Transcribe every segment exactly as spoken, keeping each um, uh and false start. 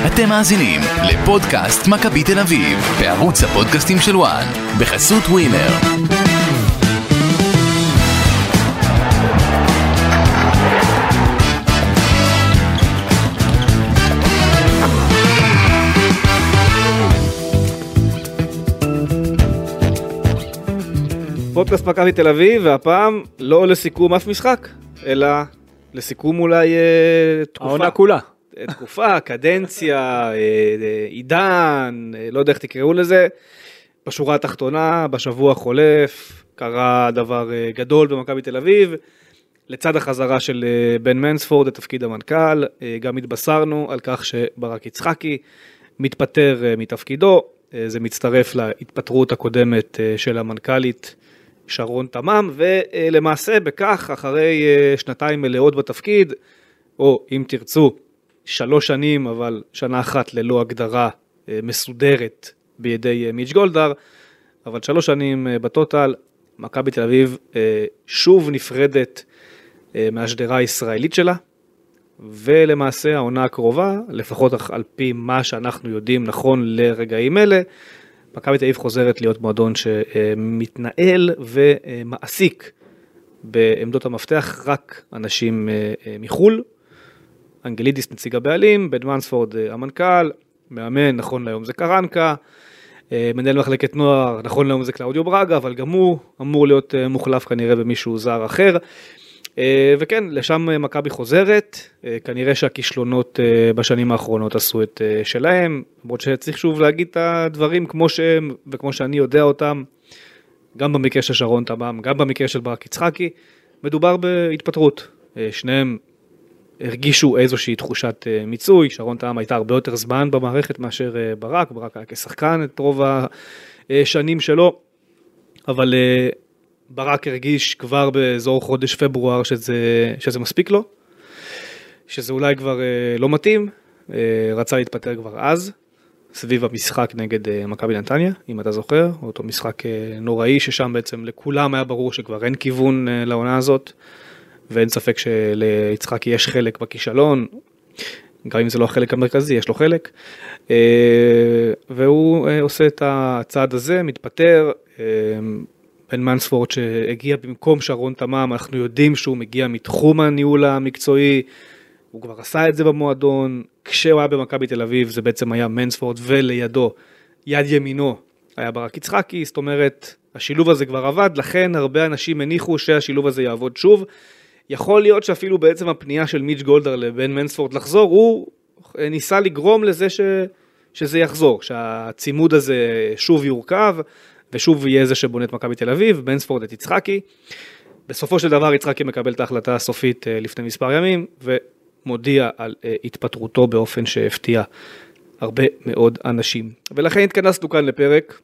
אתם מאזינים לפודקאסט מכבי תל אביב, בערוץ הפודקאסטים של וואן, בחסות ווינר. פודקאסט מכבי תל אביב, והפעם לא לסיכום אף משחק, אלא לסיכום אולי תקופה. העונה כולה. תקופה, קדנציה, עידן, לא יודע איך תקראו לזה. בשורה התחתונה, בשבוע החולף, קרה דבר גדול במכבי תל אביב. לצד החזרה של בן מנספורד לתפקיד המנכ"ל, גם התבשרנו על כך שברק יצחקי מתפטר מתפקידו. זה מצטרף להתפטרות הקודמת של המנכ"לית שרון תמם, ולמעשה בכך, אחרי שנתיים מלאות בתפקיד, או אם תרצו, שלוש שנים, אבל שנה אחת ללא הגדרה מסודרת בידי מיץ' גולדהר, אבל שלוש שנים בטוטל, מכבי תל אביב שוב נפרדת מהשדרה הישראלית שלה, ולמעשה העונה הקרובה, לפחות על פי מה שאנחנו יודעים נכון לרגעים אלה, מכבי תל אביב חוזרת להיות מועדון שמתנהל ומעסיק בעמדות המפתח רק אנשים מחול. אנגלידיס נציג הבעלים, בן מנספורד המנכ"ל, מאמן, נכון להיום זה קרנקה, מנהל מחלקת נוער, נכון להיום זה קלאודיו ברגה, אבל גם הוא אמור להיות מוחלף כנראה במישהו זר אחר. וכן, לשם מכבי חוזרת, כנראה שהכישלונות בשנים האחרונות עשו את שלהם, למרות שצריך שוב להגיד את הדברים כמו שהם וכמו שאני יודע אותם, גם במקרה של שרון תמם, גם במקרה של ברק יצחקי, מדובר בהתפטרות. שניהם הרגישו איזושהי תחושת מיצוי, שרון תמם הייתה הרבה יותר זמן במערכת מאשר ברק, ברק היה כשחקן את רוב השנים שלו, אבל ברק הרגיש כבר באזור חודש פברואר שזה, שזה מספיק לו, שזה אולי כבר לא מתאים, רצה להתפטר כבר אז, סביב המשחק נגד מכבי נתניה, אם אתה זוכר, אותו משחק נוראי ששם בעצם לכולם היה ברור שכבר אין כיוון לעונה הזאת, ואין ספק שליצחק יש חלק בכישלון, גם אם זה לא החלק המרכזי, יש לו חלק, והוא עושה את הצעד הזה, מתפטר, בן מנספורד שהגיע במקום שרון תמם, אנחנו יודעים שהוא מגיע מתחום הניהול המקצועי, הוא כבר עשה את זה במועדון, כשהוא היה במכבי תל אביב זה בעצם היה מנספורד, ולידו יד ימינו היה ברק יצחקי, זאת אומרת השילוב הזה כבר עבד, לכן הרבה אנשים הניחו שהשילוב הזה יעבוד שוב, יכול להיות שאפילו בעצם הפנייה של מיץ' גולדהר לבן מנספורד לחזור, הוא ניסה לגרום לזה ש... שזה יחזור, שהצימוד הזה שוב יורכב, ושוב יהיה זה שבונה את מכבי תל אביב, מנספורד את יצחקי. בסופו של דבר יצחקי מקבל את ההחלטה הסופית לפני מספר ימים, ומודיע על התפטרותו באופן שהפתיע הרבה מאוד אנשים. ולכן התכנסנו כאן לפרק,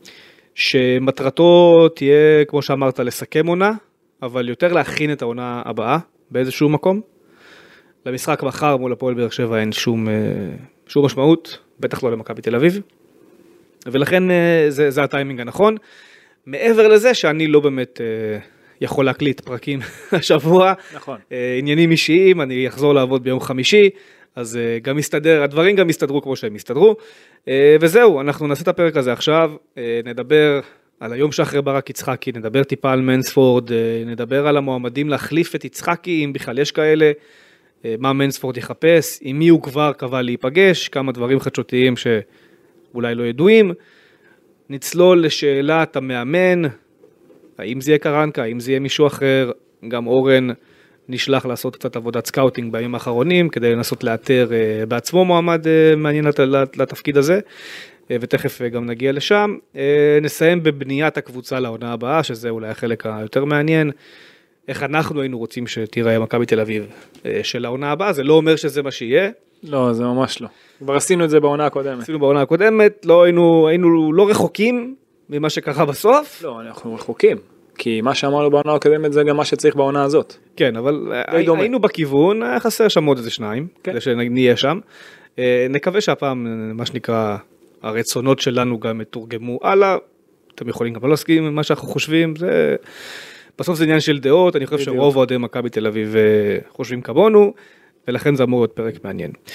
שמטרתו תהיה, כמו שאמרת, לסכם עונה, אבל יותר להכין את העונה הבאה באיזשהו מקום. למשחק מחר מול הפועל באר שבע אין שום, שום משמעות, בטח לא למכבי תל אביב. ולכן זה, זה הטיימינג הנכון. מעבר לזה שאני לא באמת יכול להקליט פרקים השבוע. נכון. עניינים אישיים, אני אחזור לעבוד ביום חמישי, אז גם מסתדר, הדברים גם מסתדרו כמו שהם מסתדרו. וזהו, אנחנו נעשה את הפרק הזה עכשיו, נדבר על היום שאחרי ברק יצחקי, נדבר טיפה על מנספורד, נדבר על המועמדים להחליף את יצחקי, אם בכלל יש כאלה, מה מנספורד יחפש, עם מי הוא כבר קבע להיפגש, כמה דברים חדשותיים ש... אולי לא ידועים, נצלול לשאלת המאמן, האם זה יהיה קרנקה, האם זה יהיה מישהו אחר, גם אורן נשלח לעשות קצת עבודת סקאוטינג בימים האחרונים, כדי לנסות לאתר בעצמו מועמד מעניין לתפקיד הזה, ותכף גם נגיע לשם. נסיים בבניית הקבוצה לעונה הבאה, שזה אולי החלק היותר מעניין, איך אנחנו היינו רוצים שתיראה מכבי תל אביב של העונה הבאה, זה לא אומר שזה מה שיהיה. לא, זה ממש לא. כבר עשינו את זה בעונה הקודמת. עשינו בעונה הקודמת, לא היינו, היינו לא רחוקים ממה שקרה בסוף. לא, אנחנו רחוקים, כי מה שאמרנו בעונה הקודמת זה גם מה שצריך בעונה הזאת. כן, אבל היינו בכיוון, היה חסר שם עוד איזה שניים, כדי שנהיה שם. נקווה שהפעם, מה שנקרא, הרצונות שלנו גם מתורגמו הלאה, אתם יכולים גם לא להסכים עם מה שאנחנו חושבים, זה... בסוף זה עניין של דעות, אני חושב שרוב אוהדי מכבי תל אביב חושבים כמונו, ולכן זה אמור להיות פרק מעניין.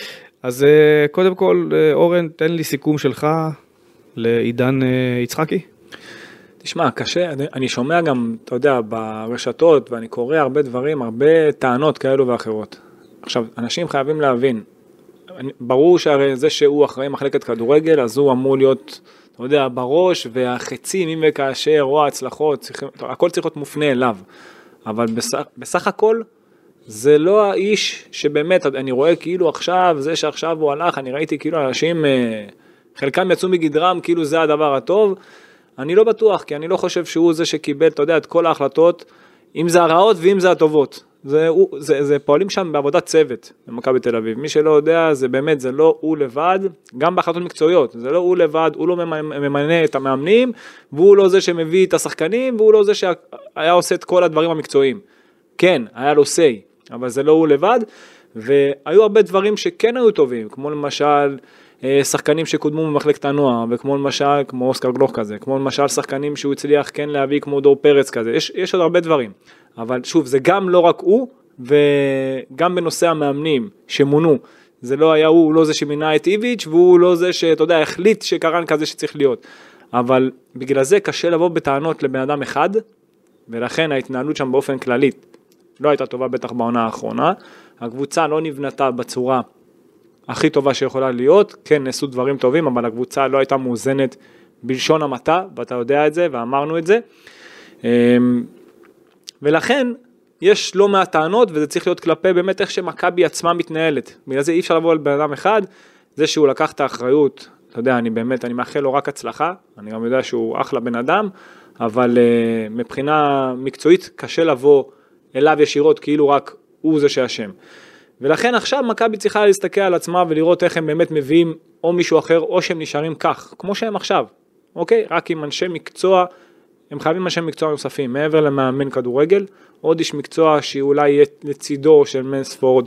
אז קודם כל, אורן, תן לי סיכום שלך לעידן יצחקי. תשמע, קשה, אני, אני שומע גם, אתה יודע, ברשתות, ואני קורא הרבה דברים, הרבה טענות כאלו ואחרות. עכשיו, אנשים חייבים להבין, אני, ברור שהרי זה שהוא אחראי מחלקת כדורגל, אז הוא אמור להיות, אתה יודע, בראש, והחצים, אם וכאשר, או ההצלחות, צריכים, הכל צריך להיות מופנה אליו. אבל בסך, בסך הכל, זה לא האיש שבאמת, אני רואה כאילו עכשיו, זה שעכשיו הוא הלך, אני ראיתי כאילו אנשים, חלקם יצאו מגדרם, כאילו זה הדבר הטוב, אני לא בטוח, כי אני לא חושב שהוא זה שקיבל, אתה יודע, את כל ההחלטות, אם זה הרעות ואם זה הטובות. זה, זה, זה פועלים שם בעבודת צוות, במכבי תל אביב. מי שלא יודע, זה באמת, זה לא הוא לבד, גם בהחלטות מקצועיות, זה לא הוא לבד, הוא לא ממנה את המאמנים, והוא לא זה שמביא את השחקנים, והוא לא זה שהיה עושה את כל הדברים המקצועיים. כן, היה לו סי, אבל זה לא הוא לבד, והיו הרבה דברים שכן היו טובים, כמו למשל, שחקנים שקודמו במחלקת הנוער, וכמו למשל, כמו אוסקר גלוך כזה, כמו למשל שחקנים שהוא הצליח כן להביא כמו דור פרץ כזה, יש, יש עוד הרבה דברים, אבל שוב, זה גם לא רק הוא, וגם בנושא המאמנים שמונו, זה לא היה הוא, הוא לא זה שמינה את איביץ', והוא לא זה שאתה יודע, החליט שקרן כזה שצריך להיות, אבל בגלל זה קשה לבוא בטענות לבן אדם אחד, ולכן ההתנהלות שם באופן כללית, לא הייתה טובה בטח בעונה האחרונה, הקבוצה לא נבנתה בצורה הכי טובה שיכולה להיות, כן נעשו דברים טובים, אבל הקבוצה לא הייתה מאוזנת בלשון המעטה, ואתה יודע את זה, ואמרנו את זה, ולכן יש לא מעט טענות, וזה צריך להיות כלפי באמת איך שמכבי עצמה מתנהלת, בגלל זה אי אפשר לבוא על בן אדם אחד, זה שהוא לקח את האחריות, אתה יודע, אני באמת, אני מאחל לו רק הצלחה, אני גם יודע שהוא אחלה בן אדם, אבל מבחינה מקצועית קשה לבוא אליו ישירות, כאילו רק הוא זה שאשם. ולכן עכשיו מכבי צריכה להסתכל על עצמה ולראות איך הם באמת מביאים או מישהו אחר או שהם נשארים כך, כמו שהם עכשיו, אוקיי? רק עם אנשי מקצוע, הם חייבים אנשי מקצוע נוספים, מעבר למאמן כדורגל, עוד איש מקצוע שאולי יהיה לצידו של מנספורד,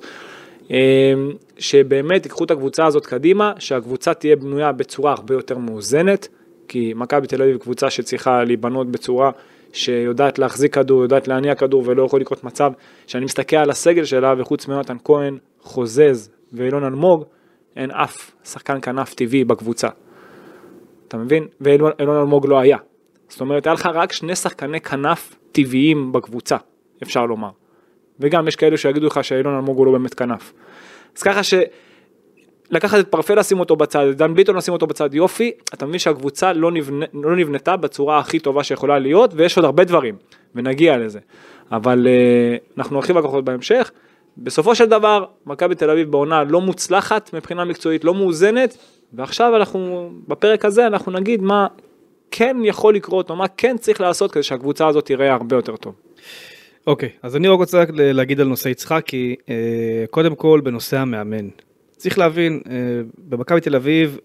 שבאמת ייקחו את הקבוצה הזאת קדימה, שהקבוצה תהיה בנויה בצורה הרבה יותר מאוזנת, כי מכבי תל אביב קבוצה שצריכה להיבנות בצורה שיודעת להחזיק כדור, יודעת להניע כדור, ולא יכול לקרות מצב שאני מסתכל על הסגל שלה, וחוץ מיונתן כהן, חוזז ואילון אלמוג, אין אף שחקן כנף טבעי בקבוצה. אתה מבין? ואילון אלמוג לא היה. זאת אומרת, היה לך רק שני שחקני כנף טבעיים בקבוצה, אפשר לומר. וגם יש כאלו שיגידו לך שאילון אלמוג הוא לא באמת כנף. אז ככה ש... לקחת את פרפל לשים אותו בצד, דן ביטון לשים אותו בצד, יופי, אתה מבין שהקבוצה לא, נבנ... לא נבנתה בצורה הכי טובה שיכולה להיות, ויש עוד הרבה דברים, ונגיע לזה. אבל uh, אנחנו נרחיב לקוחות בהמשך. בסופו של דבר, מכבי תל אביב בעונה לא מוצלחת, מבחינה מקצועית לא מאוזנת, ועכשיו אנחנו, בפרק הזה, אנחנו נגיד מה כן יכול לקרות, או מה כן צריך לעשות, כדי שהקבוצה הזאת תראה הרבה יותר טוב. אוקיי, okay, אז אני רק רוצה להגיד על נושא יצחקי, uh, קודם כל בנושא המאמן. צריך להבין, במכבי תל אביב,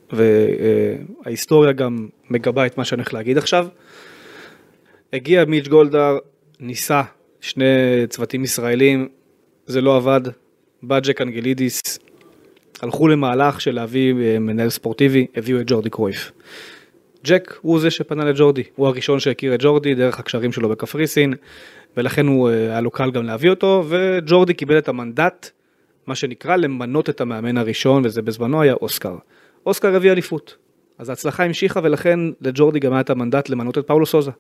וההיסטוריה גם מגבה את מה שאני הולך להגיד עכשיו, הגיע מיץ' גולדהר, ניסה שני צוותים ישראלים, זה לא עבד, בא ג'ק אנגלידיס, הלכו למהלך של להביא מנהל ספורטיבי, הביאו את ג'ורדי קרויף. ג'ק הוא זה שפנה לג'ורדי, הוא הראשון שהכיר את ג'ורדי דרך הקשרים שלו בקפריסין, ולכן הוא היה לו קל גם להביא אותו, וג'ורדי קיבל את המנדט, מה שנקרא למנות את המאמן הראשון, וזה בזמנו היה אוסקר. אוסקר הביא אליפות. אז ההצלחה המשיכה, ולכן לג'ורדי גם היה את המנדט למנות את פאולו סוזה.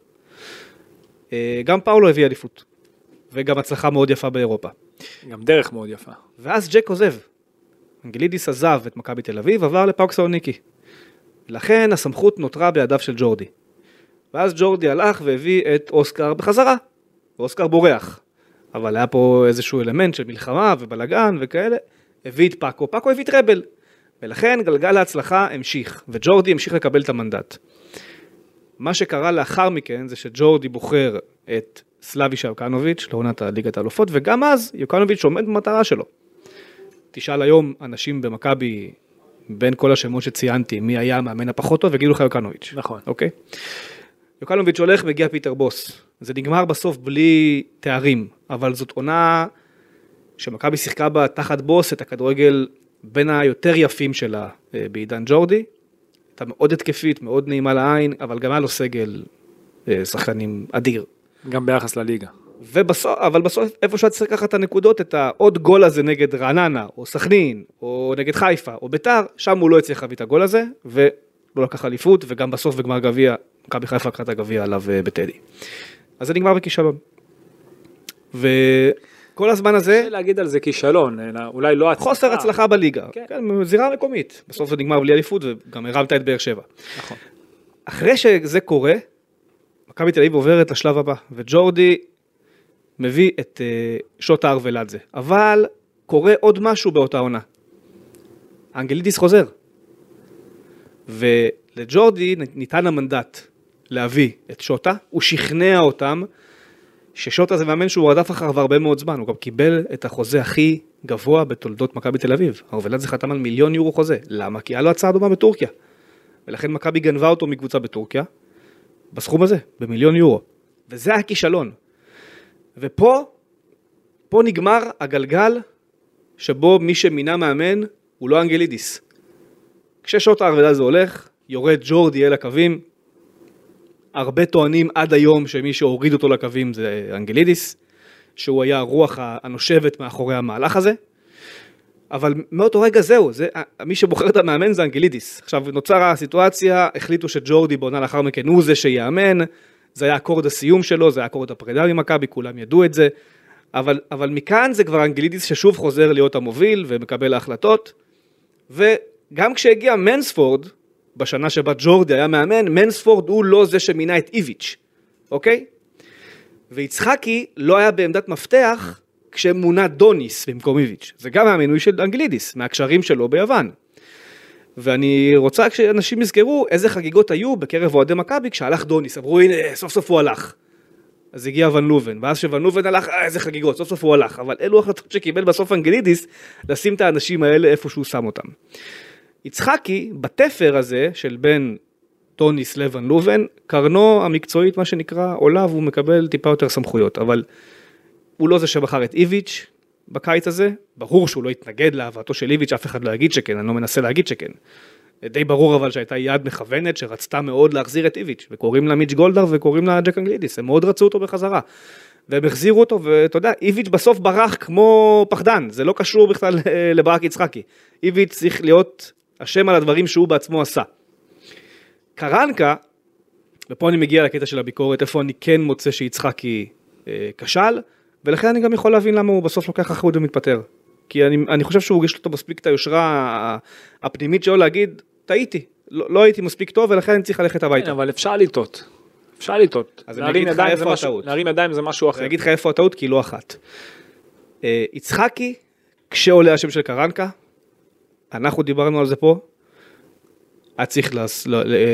גם פאולו הביא אליפות, וגם הצלחה מאוד יפה באירופה. גם דרך מאוד יפה. ואז ג'ק עוזב. אנגלידיס עזב את מכבי תל אביב, עבר לפאוק סלוניקי. לכן הסמכות נותרה בידיו של ג'ורדי. ואז ג'ורדי הלך והביא את אוסקר בחזרה. ואוסקר בורח. אבל היה פה איזשהו אלמנט של מלחמה ובלגן וכאלה, הביא את פאקו, פאקו הביא את רבל, ולכן גלגל ההצלחה המשיך, וג'ורדי המשיך לקבל את המנדט. מה שקרה לאחר מכן, זה שג'ורדי בוחר את סלאבישה יוקנוביץ', לעונת הליגת האלופות, וגם אז יוקנוביץ' עומד במטרה שלו. תשאל היום אנשים במכבי, בין כל השמות שציינתי, מי היה המאמן הפחות טוב, וגידו לך יוקנוביץ'. נכון. אוקיי? יוקנוביץ' הולך והגיע פיטר בוס. זה נגמר בסוף בלי תארים, אבל זאת עונה שמכבי שיחקה בה תחת בוס את הכדורגל בין היותר יפים שלה בעידן ג'ורדי. הייתה מאוד התקפית, מאוד נעימה לעין, אבל גם היה לו סגל שחקנים אדיר. גם ביחס לליגה. ובסוף, אבל בסוף איפה שאת צריך לקחת את הנקודות, את העוד גול הזה נגד רעננה, או סכנין, או נגד חיפה, או ביתר, שם הוא לא הצליח להביא את הגול הזה, ולא לקח אליפות, וגם בסוף בגמר גביע, מכבי חיפה לקחה את הגביע עליו בטדי. אז זה נגמר בכישלון. וכל הזמן הזה... קשה להגיד על זה כישלון, אולי לא הצלחה. חוסר הצלחה בליגה, כן. כן, זירה מקומית. בסוף זה נגמר בלי אליפות, וגם הרמת את באר שבע. נכון. אחרי שזה קורה, מכבי תל אביב עוברת לשלב הבא, וג'ורדי מביא את uh, שוטה ארוולדזה. אבל קורה עוד משהו באותה עונה. אנגלידיס חוזר. ולג'ורדי ניתן המנדט להביא את שוטה, הוא שכנע אותם ששוטה זה מאמן שהוא רדף אחריו הרבה מאוד זמן, הוא גם קיבל את החוזה הכי גבוה בתולדות מכבי תל אביב. ארוולדזה חתם על מיליון יורו חוזה. למה? כי היה לו הצעה דומה בטורקיה. ולכן מכבי גנבה אותו מקבוצה בטורקיה, בסכום הזה, במיליון יורו. וזה היה כישלון. ופה, פה נגמר הגלגל שבו מי שמינה מאמן הוא לא אנגלידיס. כששוטה ארוולדזה הולך, יורד ג'ורדי אל הקווים, הרבה טוענים עד היום שמי שהוריד אותו לקווים זה אנגלידיס, שהוא היה הרוח הנושבת מאחורי המהלך הזה, אבל מאותו רגע זהו, זה, מי שבוחר את המאמן זה אנגלידיס. עכשיו נוצרה הסיטואציה, החליטו שג'ורדי בעונה לאחר מכן הוא זה שיאמן, זה היה אקורד הסיום שלו, זה היה אקורד הפרידה ממכבי, כולם ידעו את זה, אבל, אבל מכאן זה כבר אנגלידיס ששוב חוזר להיות המוביל ומקבל ההחלטות, וגם כשהגיע מנספורד, בשנה שבה ג'ורדי היה מאמן, מנספורד הוא לא זה שמינה את איביץ', אוקיי? ויצחקי לא היה בעמדת מפתח כשמונה דוניס במקום איביץ'. זה גם המינוי של אנגלידיס, מהקשרים שלו ביוון. ואני רוצה שאנשים יזכרו איזה חגיגות היו בקרב אוהדי מכבי כשהלך דוניס. אמרו, הנה, סוף סוף הוא הלך. אז הגיע ון לובן, ואז שוון לובן הלך, אה, איזה חגיגות, סוף סוף הוא הלך. אבל אלו החלטות שקיבל בסוף אנגלידיס, לשים את האנשים האלה איפה שהוא שם אותם. יצחקי, בתפר הזה של בין טוניס לוון לובן, קרנו המקצועית, מה שנקרא, עולה, והוא מקבל טיפה יותר סמכויות, אבל הוא לא זה שבחר את איביץ' בקיץ הזה, ברור שהוא לא יתנגד להבאתו של איביץ', אף אחד לא יגיד שכן, אני לא מנסה להגיד שכן. די ברור אבל שהייתה יד מכוונת שרצתה מאוד להחזיר את איביץ', וקוראים לה מיץ' גולדהר וקוראים לה ג'ק אנגלידיס, הם מאוד רצו אותו בחזרה. והם החזירו אותו, ואתה יודע, איביץ' בסוף ברח כמו פחדן, זה לא קשור בכלל לברק יצחקי. איביץ' צריך להיות השם על הדברים שהוא בעצמו עשה. קרנקה, ופה אני מגיע לקטע של הביקורת, איפה אני כן מוצא שיצחקי אה, כשל, ולכן אני גם יכול להבין למה הוא בסוף לוקח אחריות ומתפטר. כי אני, אני חושב שהוא הגיש לו מספיק את היושרה הפנימית שלו להגיד, טעיתי, לא, לא הייתי מספיק טוב, ולכן אני צריך ללכת הביתה. כן, אבל אפשר לטעות. אפשר לטעות. אז אני אגיד לך איפה הטעות. להרים ידיים זה משהו אחר. אני אגיד לך איפה הטעות, כי היא לא אחת. אה, יצחקי, כשעולה השם של קרנקה, אנחנו דיברנו על זה פה, היה צריך לס... ל... ל...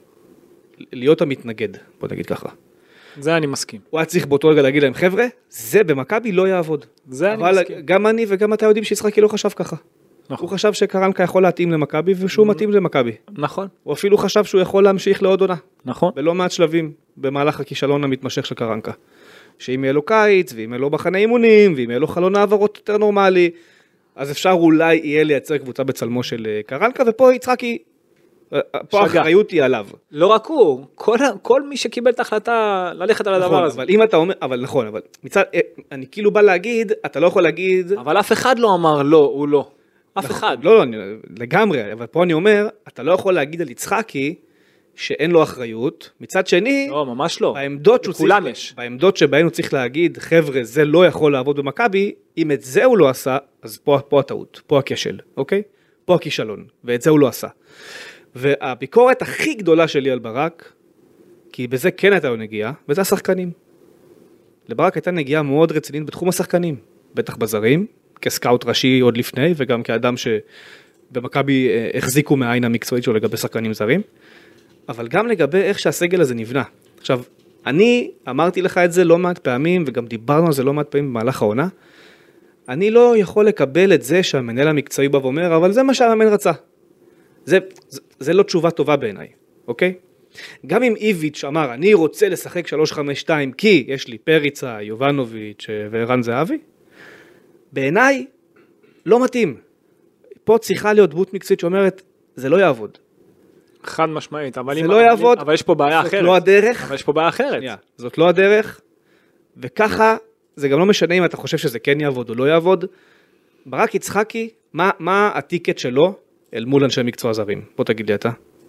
להיות המתנגד, בוא נגיד ככה. זה אני מסכים. הוא היה צריך באותו רגע להגיד להם, חבר'ה, זה במכבי לא יעבוד. זה אני אבל מסכים. גם אני וגם אתה יודעים שיצחקי לא חשב ככה. נכון. הוא חשב שקרנקה יכול להתאים למכבי, ושהוא מתאים למכבי. נכון. הוא אפילו חשב שהוא יכול להמשיך לעוד עונה. נכון. בלא מעט שלבים, במהלך הכישלון המתמשך של קרנקה. שאם יהיה לו קיץ, ואם יהיה לו מחנה אימונים, ואם יהיה לו חלון העברות יותר נורמלי, אז אפשר אולי יהיה לייצר קבוצה בצלמו של קרנקה, ופה יצחקי, פה האחריות היא עליו. לא רק הוא, כל, כל מי שקיבל את ההחלטה ללכת על הדבר נכון, הזה. אבל אם אתה אומר, אבל נכון, אבל מצד, אני כאילו בא להגיד, אתה לא יכול להגיד... אבל אף אחד לא אמר לא, הוא לא. אף נכון, אחד. לא, לא, אני, לגמרי, אבל פה אני אומר, אתה לא יכול להגיד על יצחקי, שאין לו אחריות, מצד שני, לא, ממש לא. בעמדות, שהוא לכולם צריך, יש. בעמדות שבהן הוא צריך להגיד, חבר'ה, זה לא יכול לעבוד במכבי, אם את זה הוא לא עשה, אז פה, פה הטעות, פה הכשל, אוקיי? פה הכישלון, ואת זה הוא לא עשה. והביקורת הכי גדולה שלי על ברק, כי בזה כן הייתה לו נגיעה, וזה השחקנים. לברק הייתה נגיעה מאוד רצינית בתחום השחקנים, בטח בזרים, כסקאוט ראשי עוד לפני, וגם כאדם שבמכבי החזיקו מהעין המקצועית שלו לגבי שחקנים זרים, אבל גם לגבי איך שהסגל הזה נבנה. עכשיו, אני אמרתי לך את זה לא מעט פעמים, וגם דיברנו על זה לא מעט פעמים במהלך העונה, אני לא יכול לקבל את זה שהמנהל המקצועי בא ואומר, אבל זה מה שהמאמן רצה. זה, זה, זה לא תשובה טובה בעיניי, אוקיי? גם אם איביץ' אמר, אני רוצה לשחק שלוש חמש שתיים, כי יש לי פריצה, יובנוביץ' וערן זהבי, בעיניי לא מתאים. פה צריכה להיות דמות מקצועית שאומרת, זה לא יעבוד. חד משמעית, אבל, זה אם, לא יעבוד, אבל יש פה בעיה זאת אחרת. לא הדרך. אבל יש פה בעיה אחרת. שנייה, זאת לא הדרך, וככה, זה גם לא משנה אם אתה חושב שזה כן יעבוד או לא יעבוד, ברק יצחקי, מה, מה הטיקט שלו אל מול אנשי מקצוע זרים? בוא תגיד לי אתה.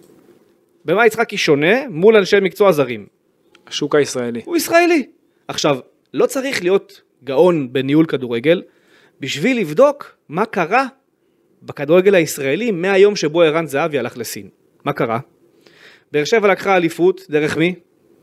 במה יצחקי שונה מול אנשי מקצוע זרים? השוק הישראלי. הוא ישראלי. עכשיו, לא צריך להיות גאון בניהול כדורגל, בשביל לבדוק מה קרה בכדורגל הישראלי מהיום שבו ערן זהבי הלך לסין. מה קרה? באר שבע לקחה אליפות, דרך מי?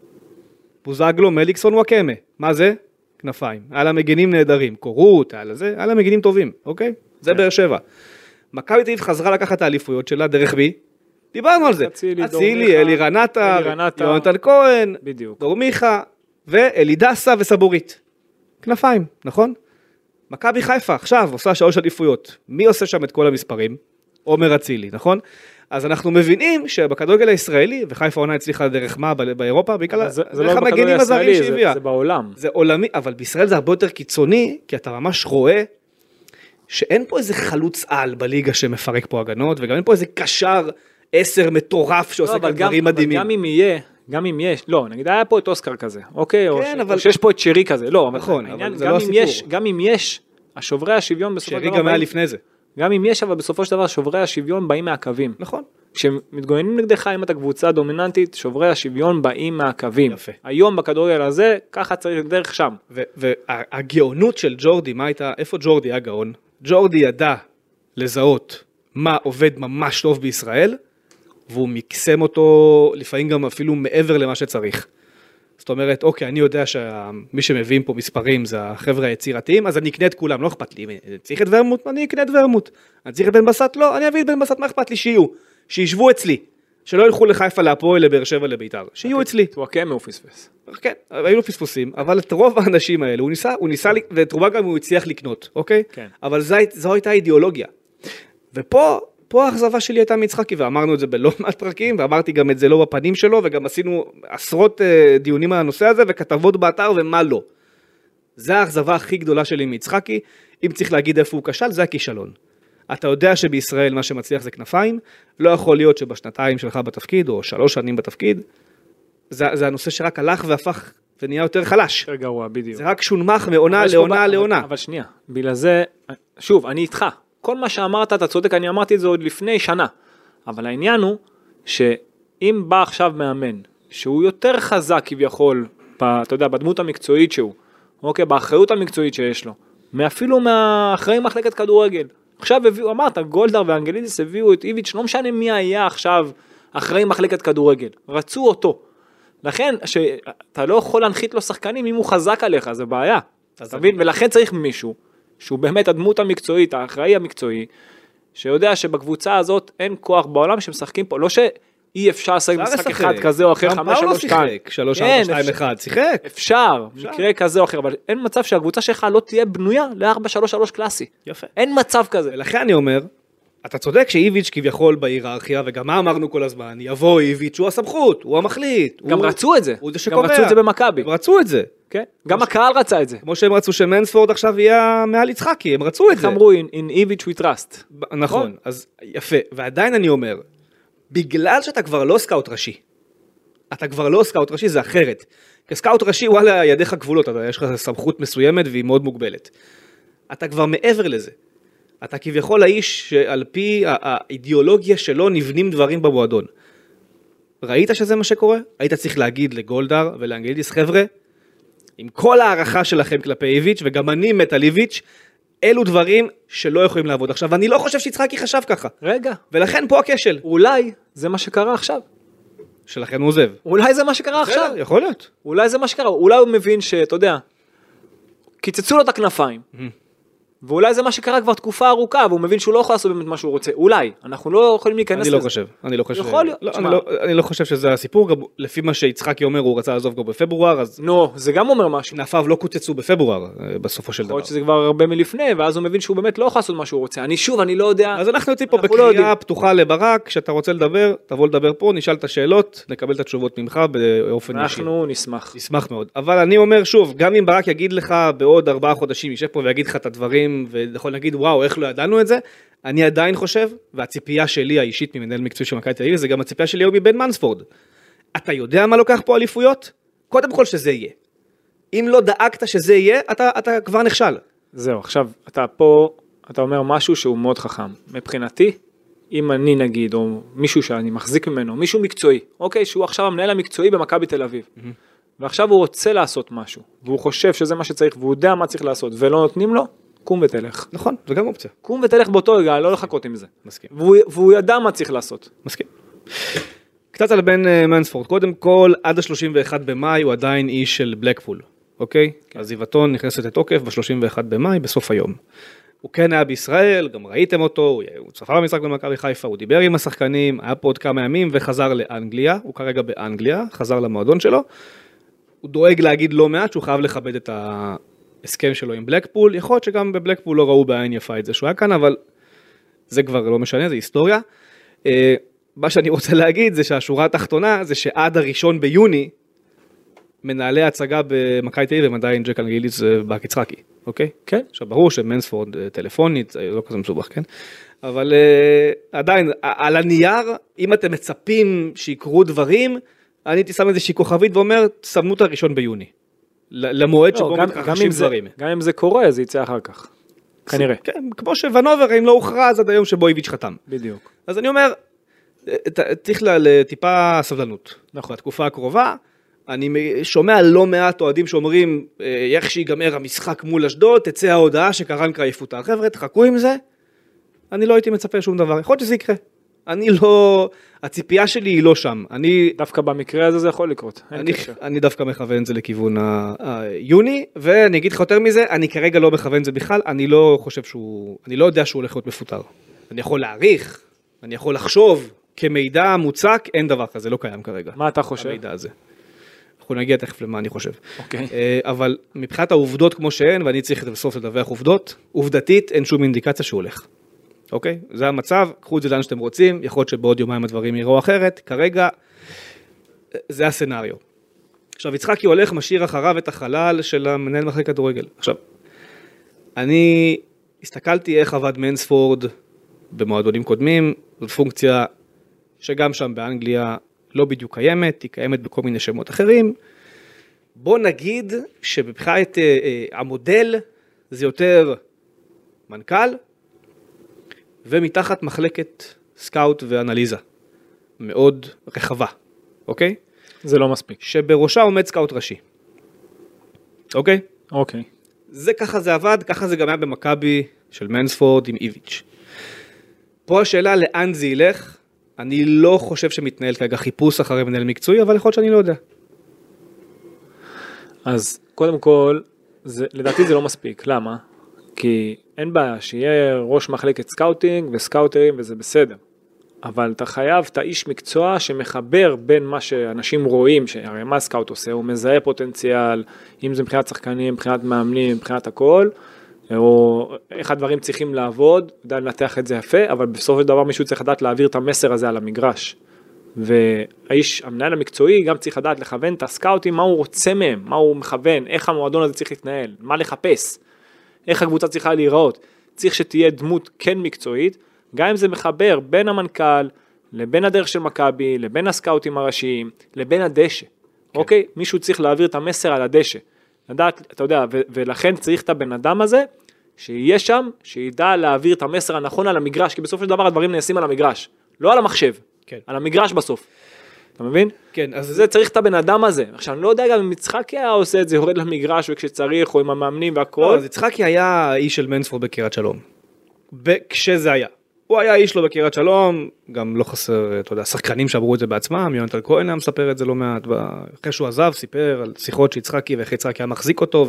בוזגלו, מליקסון וואקמה. מה זה? כנפיים. היה לה מגנים נהדרים, קורות, היה לה זה, היה לה מגנים טובים, אוקיי? זה באר שבע. מכבי תל אביב חזרה לקחת האליפויות שלה, דרך מי? דיברנו על זה. אצילי, אלירן עטר, יונתן כהן, דור מיכה, ואלידסה וסבורית. כנפיים, נכון? מכבי חיפה עכשיו עושה שלוש עדיפויות. מי עושה שם את כל המספרים? עומר אצילי, נכון? אז אנחנו מבינים שבכדורגל הישראלי, וחיפה עונה הצליחה דרך מה באירופה, בעיקר דרך המגנים הזרים שהביאה. זה בעולם. זה עולמי, אבל בישראל זה הרבה יותר קיצוני, כי אתה ממש רואה שאין פה איזה חלוץ על בליגה שמפרק פה הגנות, וגם אין פה איזה קשר עשר מטורף שעושה כאן דברים מדהימים. אבל גם אם יהיה, גם אם יש, לא, נגיד היה פה את אוסקר כזה, אוקיי? או שיש פה את שרי כזה, לא, נכון, אבל זה לא הסיפור. גם אם יש, השוברי השוויון בסופו של דבר... שרי גם היה לפני זה. גם אם יש, אבל בסופו של דבר שוברי השוויון באים מהקווים. נכון. כשמתגוננים נגדך, אם אתה קבוצה דומיננטית, שוברי השוויון באים מהקווים. יפה. היום בכדורגל הזה, ככה צריך דרך שם. והגאונות של ג'ורדי, מה הייתה, איפה ג'ורדי היה גאון? ג'ורדי ידע לזהות מה עובד ממש טוב בישראל, והוא מקסם אותו לפעמים גם אפילו מעבר למה שצריך. זאת אומרת, אוקיי, אני יודע שמי שמביאים פה מספרים זה החבר'ה היצירתיים, אז אני אקנה את כולם, לא אכפת לי. צריך את ורמוט, אני אקנה את ורמוט. אני צריך את בן בסט, לא, אני אביא את בן בסט, מה אכפת לי? שיהיו, שישבו אצלי. שלא ילכו לחיפה, להפועל, לבאר שבע, לביתר. שיהיו אצלי. וואקמה הוא פספס. כן, היו פספוסים, אבל את רוב האנשים האלה, הוא ניסה, הוא ניסה, ואת רובם גם הוא הצליח לקנות, אוקיי? כן. אבל זו הייתה אידיאולוגיה. ופה, פה האכזבה שלי הייתה מיצחקי, ואמרנו את זה בלא מעט פרקים, ואמרתי גם את זה לא בפנים שלו, וגם עשינו עשרות דיונים על הנושא הזה, וכתבות באתר ומה לא. זה האכזבה הכי גדולה שלי מיצחקי, אם צריך להגיד איפה הוא כשל, זה הכישלון. אתה יודע שבישראל מה שמצליח זה כנפיים, לא יכול להיות שבשנתיים שלך בתפקיד, או שלוש שנים בתפקיד, זה, זה הנושא שרק הלך והפך ונהיה יותר חלש. יותר גרוע, בדיוק. זה רק שונמך מעונה לעונה לעונה. אבל, אבל שנייה, בגלל זה, שוב, אני איתך. כל מה שאמרת, אתה צודק, אני אמרתי את זה עוד לפני שנה. אבל העניין הוא, שאם בא עכשיו מאמן, שהוא יותר חזק כביכול, אתה יודע, בדמות המקצועית שהוא, אוקיי, באחריות המקצועית שיש לו, מאפילו מאחראי מחלקת כדורגל. עכשיו הביאו, אמרת, גולדהר ואנגלידיס הביאו את איביץ', לא משנה מי היה עכשיו אחראי מחלקת כדורגל. רצו אותו. לכן, שאתה לא יכול להנחית לו שחקנים אם הוא חזק עליך, זה בעיה. אתה מבין? ולכן צריך מישהו, שהוא באמת הדמות המקצועית, האחראי המקצועי, שיודע שבקבוצה הזאת אין כוח בעולם שמשחקים פה, לא שאי אפשר לשחק משחק אחד כזה או אחר, חמש שלוש שתיים. שלוש ארבע שתיים אחד, שיחק. אפשר, מקרה כזה או אחר, אבל אין מצב שהקבוצה שלך לא תהיה בנויה ל-ארבע שלוש שלוש קלאסי. יפה. אין מצב כזה. לכן אני אומר, אתה צודק שאיביץ' כביכול בהיררכיה, וגם מה אמרנו כל הזמן, יבוא איביץ' הוא הסמכות, הוא המחליט. גם רצו את זה. הוא זה שקובע. גם רצו את זה במכבי. הם רצו את זה. כן? גם הקהל רצה את זה. כמו שהם רצו שמנספורד עכשיו יהיה מעל יצחקי, הם רצו את זה. איך אמרו, in איביץ' we trust. נכון, אז יפה. ועדיין אני אומר, בגלל שאתה כבר לא סקאוט ראשי, אתה כבר לא סקאוט ראשי, זה אחרת. כסקאוט ראשי, וואלה, ידיך גבולות, יש לך סמכות מסוימת והיא מאוד מוגבלת. אתה כבר מעבר לזה. אתה כביכול האיש שעל פי האידיאולוגיה שלו נבנים דברים במועדון. ראית שזה מה שקורה? היית צריך להגיד לגולדהר ולאנגלידיס, חבר'ה, עם כל הערכה שלכם כלפי איביץ' וגם אני מת על איביץ', אלו דברים שלא יכולים לעבוד. עכשיו, אני לא חושב שיצחקי חשב ככה. רגע. ולכן פה הכשל. אולי זה מה שקרה עכשיו. שלכן הוא עוזב. אולי זה מה שקרה עכשיו. יכול להיות. אולי זה מה שקרה. אולי הוא מבין שאתה יודע, קיצצו לו את הכנפיים. ואולי זה מה שקרה כבר תקופה ארוכה, והוא מבין שהוא לא יכול לעשות באמת מה שהוא רוצה. אולי, אנחנו לא יכולים להיכנס לזה. אני לא חושב, אני לא חושב. יכול להיות. לא, אני, לא, אני לא חושב שזה הסיפור, גם לפי מה שיצחקי אומר, הוא רצה לעזוב גם בפברואר, אז... נו, זה גם אומר משהו. כנפיו לא קוצצו בפברואר, בסופו של דבר. יכול להיות שזה כבר הרבה מלפני, ואז הוא מבין שהוא באמת לא יכול לעשות מה שהוא רוצה. אני שוב, אני לא יודע... אז אנחנו יוצאים פה בקריאה פתוחה לברק, כשאתה רוצה לדבר, תבוא לדבר פה, נשאל את השאלות, נקבל את התשובות ממך באופן ישיר. אנחנו נשמח. נשמח מאוד. אבל אני אומר שוב, גם אם ברק יגיד לך בעוד ארבעה חודשים, יישב פה ויגיד לך את הדברים, ויכול להגיד, וואו, איך לא ידענו את זה? אני עדיין חושב, והציפייה שלי האישית ממנהל מקצועי של מכבי תל אביב, זה גם הציפייה שלי מבן מנספורד. אתה יודע מה לוקח פה אליפויות? קודם כל שזה יהיה. אם לא דאגת שזה יהיה, אתה, אתה כבר נכשל. זהו, עכשיו, אתה פה, אתה אומר משהו שהוא מאוד חכם. מבחינתי, אם אני נגיד, או מישהו שאני מחזיק ממנו, מישהו מקצועי, אוקיי, שהוא עכשיו המנהל המקצועי במכבי תל אביב, mm-hmm. ועכשיו הוא רוצה לעשות משהו, והוא חושב שזה מה שצריך, והוא יודע מה צריך לעשות, ולא נותנים לו, קום ותלך. נכון, זה גם אופציה. קום ותלך באותו רגע, לא לחכות עם זה. מסכים. והוא, והוא ידע מה צריך לעשות. מסכים. קצת על בן מנספורד, קודם כל, עד ה-שלושים ואחד במאי הוא עדיין איש של בלקפול, אוקיי? כן. עזיבתו נכנסת לתוקף ב-שלושים ואחד במאי, בסוף היום. הוא כן היה בישראל, גם ראיתם אותו, הוא, הוא צפה במשחק במכבי חיפה, הוא דיבר עם השחקנים, היה פה עוד כמה ימים וחזר לאנגליה, הוא כרגע באנגליה, חזר למועדון שלו, הוא דואג להגיד לא מעט שהוא חייב לכבד את ההסכם שלו עם בלקפול, יכול להיות שגם בבלקפול לא ראו בעין יפה את זה שהוא היה כאן, אבל זה כבר לא משנה, זה היסטוריה. מה שאני רוצה להגיד זה שהשורה התחתונה זה שעד הראשון ביוני, מנהלי ההצגה במכבי תל אביב הם עדיין ג'ק אנגלידיס וברק יצחקי, אוקיי? כן. עכשיו ברור שמנספורד טלפונית, זה לא כזה מסובך, כן? אבל uh, עדיין, על הנייר, אם אתם מצפים שיקרו דברים, אני הייתי שם איזושהי כוכבית ואומר, סמנו את הראשון ביוני. למועד שבו מתרחשים דברים. גם אם זה קורה, זה יצא אחר כך. כנראה. כן, כמו שוונובר, אם לא הוכרז עד היום שבו איביץ' חתם. בדיוק. אז אני אומר, צריך לטיפה סבלנות. נכון. בתקופה הקרובה, אני שומע לא מעט אוהדים שאומרים, איך שיגמר המשחק מול אשדוד, תצא ההודעה שקרנקה יפוטר. חבר'ה, תחכו עם זה, אני לא הייתי מצפה שום דבר. יכול להיות שזה יקרה. אני לא, הציפייה שלי היא לא שם. אני, דווקא במקרה הזה זה יכול לקרות. אני, אני דווקא מכוון את זה לכיוון היוני, ואני אגיד לך יותר מזה, אני כרגע לא מכוון את זה בכלל, אני לא חושב שהוא, אני לא יודע שהוא הולך להיות מפוטר. אני יכול להעריך, אני יכול לחשוב, כמידע מוצק, אין דבר כזה, לא קיים כרגע. מה אתה חושב? המידע הזה. אנחנו נגיע תכף למה אני חושב. אוקיי. אבל מבחינת העובדות כמו שהן, ואני צריך בסוף לדווח עובדות, עובדתית אין שום אינדיקציה שהוא הולך. אוקיי? זה המצב, קחו את זה לאן שאתם רוצים, יכול להיות שבעוד יומיים הדברים יראו אחרת, כרגע זה הסנריו. עכשיו, יצחקי הולך, משאיר אחריו את החלל של המנהל מחלקת כדורגל. עכשיו, אני הסתכלתי איך עבד מנספורד במועדונים קודמים, זאת פונקציה שגם שם באנגליה לא בדיוק קיימת, היא קיימת בכל מיני שמות אחרים. בוא נגיד שבבחינת אה, אה, המודל זה יותר מנכ"ל, ומתחת מחלקת סקאוט ואנליזה, מאוד רחבה, אוקיי? זה לא מספיק. שבראשה עומד סקאוט ראשי, אוקיי? אוקיי. זה ככה זה עבד, ככה זה גם היה במכבי של מנספורד עם איביץ'. פה השאלה לאן זה ילך, אני לא חושב שמתנהל כרגע חיפוש אחרי מנהל מקצועי, אבל יכול להיות שאני לא יודע. אז קודם כל, זה, לדעתי זה לא מספיק, למה? כי אין בעיה שיהיה ראש מחלקת סקאוטינג וסקאוטרים וזה בסדר. אבל אתה חייב את האיש מקצוע שמחבר בין מה שאנשים רואים, שהרי מה סקאוט עושה, הוא מזהה פוטנציאל, אם זה מבחינת שחקנים, מבחינת מאמנים, מבחינת הכל, או איך הדברים צריכים לעבוד, יודע לנתח את זה יפה, אבל בסוף של דבר מישהו צריך לדעת להעביר את המסר הזה על המגרש. והאיש, המנהל המקצועי גם צריך לדעת לכוון את הסקאוטים, מה הוא רוצה מהם, מה הוא מכוון, איך המועדון הזה צריך להתנהל, מה לחפש. איך הקבוצה צריכה להיראות, צריך שתהיה דמות כן מקצועית, גם אם זה מחבר בין המנכ"ל, לבין הדרך של מכבי, לבין הסקאוטים הראשיים, לבין הדשא, כן. אוקיי? מישהו צריך להעביר את המסר על הדשא, לדעת, אתה יודע, ו- ולכן צריך את הבן אדם הזה, שיהיה שם, שידע להעביר את המסר הנכון על המגרש, כי בסוף של דבר הדברים נעשים על המגרש, לא על המחשב, כן. על המגרש בסוף. אתה מבין? כן, אז זה צריך את הבן אדם הזה. עכשיו, אני לא יודע גם אם יצחקי היה עושה את זה, יורד למגרש וכשצריך, או עם המאמנים והכל. לא, אז יצחקי היה איש של מנספורד בקריית שלום. כשזה היה. הוא היה איש לו בקריית שלום, גם לא חסר, אתה יודע, שחקנים שעברו את זה בעצמם, יונתן כהן היה מספר את זה לא מעט, אחרי שהוא עזב, סיפר על שיחות שיצחקי, ואיך יצחקי היה מחזיק אותו,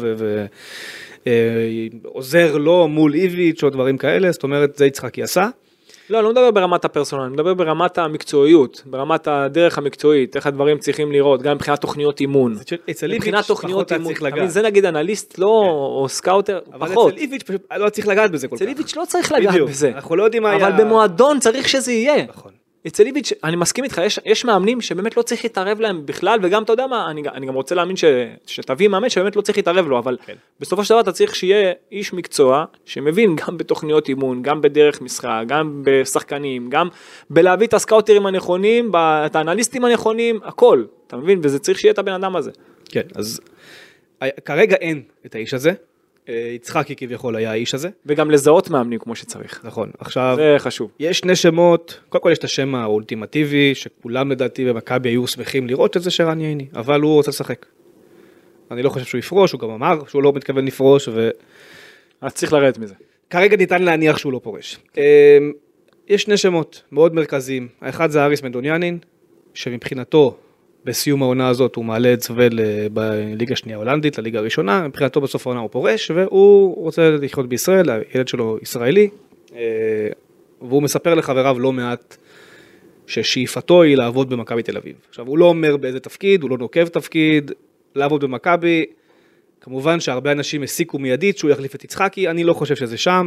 ועוזר לו מול איביץ' או דברים כאלה, זאת אומרת, זה יצחקי עשה. לא, אני לא מדבר ברמת הפרסונל, אני מדבר ברמת המקצועיות, ברמת הדרך המקצועית, איך הדברים צריכים לראות, גם מבחינת תוכניות אימון. מבחינת תוכניות אימון, זה נגיד אנליסט לא, או סקאוטר, פחות. אבל אצל איביץ' לא צריך לגעת בזה כל כך. אצל איביץ' לא צריך לגעת בזה. אנחנו לא יודעים מה היה... אבל במועדון צריך שזה יהיה. נכון. אצל איביץ', אני מסכים איתך, יש, יש מאמנים שבאמת לא צריך להתערב להם בכלל, וגם אתה יודע מה, אני, אני גם רוצה להאמין ש, שתביא מאמן שבאמת לא צריך להתערב לו, אבל כן. בסופו של דבר אתה צריך שיהיה איש מקצוע, שמבין גם בתוכניות אימון, גם בדרך משחק, גם בשחקנים, גם בלהביא את הסקאוטרים הנכונים, את האנליסטים הנכונים, הכל, אתה מבין? וזה צריך שיהיה את הבן אדם הזה. כן, אז כרגע אין את האיש הזה, יצחקי כביכול היה האיש הזה. וגם לזהות מאמנים כמו שצריך. נכון, עכשיו, זה חשוב. יש שני שמות, קודם כל יש את השם האולטימטיבי, שכולם לדעתי במכבי היו שמחים לראות את זה שרן ייני, אבל הוא רוצה לשחק. אני לא חושב שהוא יפרוש, הוא גם אמר שהוא לא מתכוון לפרוש, ו... אז צריך לרדת מזה. כרגע ניתן להניח שהוא לא פורש. יש שני שמות מאוד מרכזיים, האחד זה אריס מדוניאנין, שמבחינתו, בסיום העונה הזאת הוא מעלה את סבל בליגה השנייה ההולנדית, לליגה הראשונה, מבחינתו בסוף העונה הוא פורש, והוא רוצה לחיות בישראל, הילד שלו ישראלי, והוא מספר לחבריו לא מעט ששאיפתו היא לעבוד במכבי תל אביב. עכשיו, הוא לא אומר באיזה תפקיד, הוא לא נוקב תפקיד, לעבוד במכבי, כמובן שהרבה אנשים הסיקו מיידית שהוא יחליף את יצחקי, אני לא חושב שזה שם.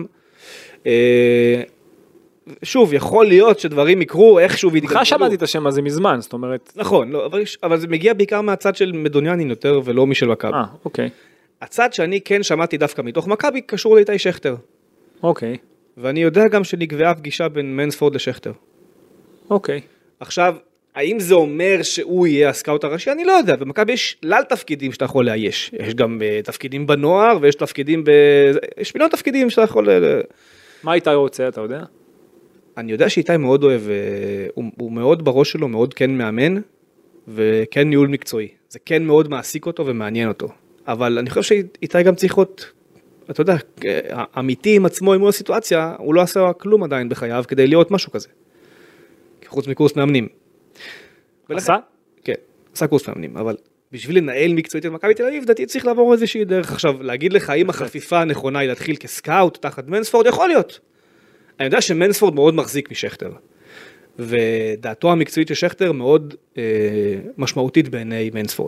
שוב, יכול להיות שדברים יקרו איכשהו ויתגלגלו. לך שמעתי את השם הזה מזמן, זאת אומרת... נכון, לא, אבל, אבל זה מגיע בעיקר מהצד של מדוניאנין יותר ולא משל מכבי. אה, אוקיי. הצד שאני כן שמעתי דווקא מתוך מכבי קשור לאיתי שכטר. אוקיי. ואני יודע גם שנקבעה פגישה בין מנספורד לשכטר. אוקיי. עכשיו, האם זה אומר שהוא יהיה הסקאוט הראשי? אני לא יודע, במכבי יש שלל תפקידים שאתה יכול לאייש. יש גם uh, תפקידים בנוער ויש תפקידים ב... יש מיליון תפקידים שאתה יכול... מה איתי רוצה, אתה יודע? אני יודע שאיתי מאוד אוהב, הוא, הוא מאוד בראש שלו, מאוד כן מאמן, וכן ניהול מקצועי. זה כן מאוד מעסיק אותו ומעניין אותו. אבל אני חושב שאיתי גם צריך להיות, אתה יודע, אמיתי עם עצמו, עם מול הסיטואציה, הוא לא עשה כלום עדיין בחייו כדי להיות משהו כזה. חוץ מקורס מאמנים. עשה? כן, עשה קורס מאמנים, אבל בשביל לנהל מקצועית את מכבי תל אביב, דעתי צריך לעבור איזושהי דרך. עכשיו, להגיד לך, אם החפיפה הנכונה היא להתחיל כסקאוט תחת מנספורד, יכול להיות. אני יודע שמנספורד מאוד מחזיק משכטר, ודעתו המקצועית של שכטר מאוד אה, משמעותית בעיני מנספורד.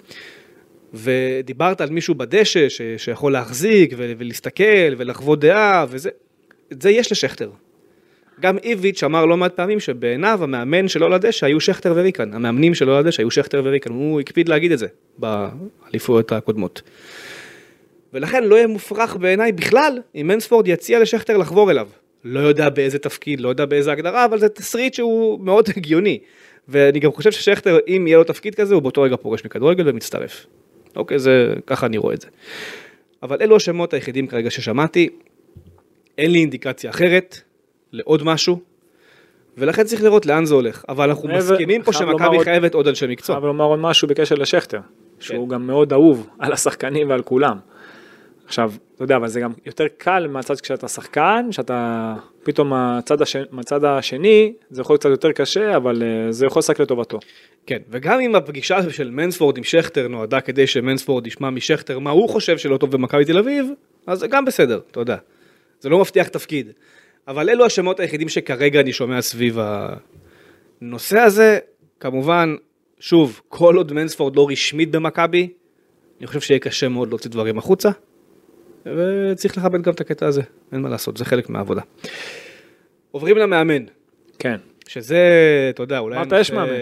ודיברת על מישהו בדשא ש, שיכול להחזיק ו, ולהסתכל ולחוות דעה, וזה, את זה יש לשכטר. גם איביץ' אמר לא מעט פעמים שבעיניו המאמן שלו לדשא היו שכטר וריקן, המאמנים שלו לדשא היו שכטר וריקן, הוא הקפיד להגיד את זה באליפויות הקודמות. ולכן לא יהיה מופרך בעיניי בכלל אם מנספורד יציע לשכטר לחבור אליו. לא יודע באיזה תפקיד, לא יודע באיזה הגדרה, אבל זה תסריט שהוא מאוד הגיוני. ואני גם חושב ששכטר, אם יהיה לו תפקיד כזה, הוא באותו רגע פורש מכדורגל ומצטרף. אוקיי, זה, ככה אני רואה את זה. אבל אלו השמות היחידים כרגע ששמעתי. אין לי אינדיקציה אחרת לעוד משהו, ולכן צריך לראות לאן זה הולך. אבל אנחנו מסכימים פה שמכבי חייבת עוד אנשי מקצוע. חייב לומר עוד משהו בקשר לשכטר, שהוא גם מאוד אהוב על השחקנים ועל כולם. עכשיו, אתה יודע, אבל זה גם יותר קל מהצד כשאתה שחקן, שאתה פתאום מהצד השני, מהצד השני, זה יכול להיות קצת יותר קשה, אבל זה יכול לשחק לטובתו. כן, וגם אם הפגישה של מנספורד עם שכטר נועדה כדי שמנספורד ישמע משכטר מה הוא חושב שלא טוב במכבי תל אביב, אז זה גם בסדר, אתה יודע. זה לא מבטיח תפקיד. אבל אלו השמות היחידים שכרגע אני שומע סביב הנושא הזה. כמובן, שוב, כל עוד מנספורד לא רשמית במכבי, אני חושב שיהיה קשה מאוד להוציא דברים החוצה. וצריך לכבד גם את הקטע הזה, אין מה לעשות, זה חלק מהעבודה. עוברים למאמן. כן. שזה, אתה יודע, אולי... מה אתה יש מאמן?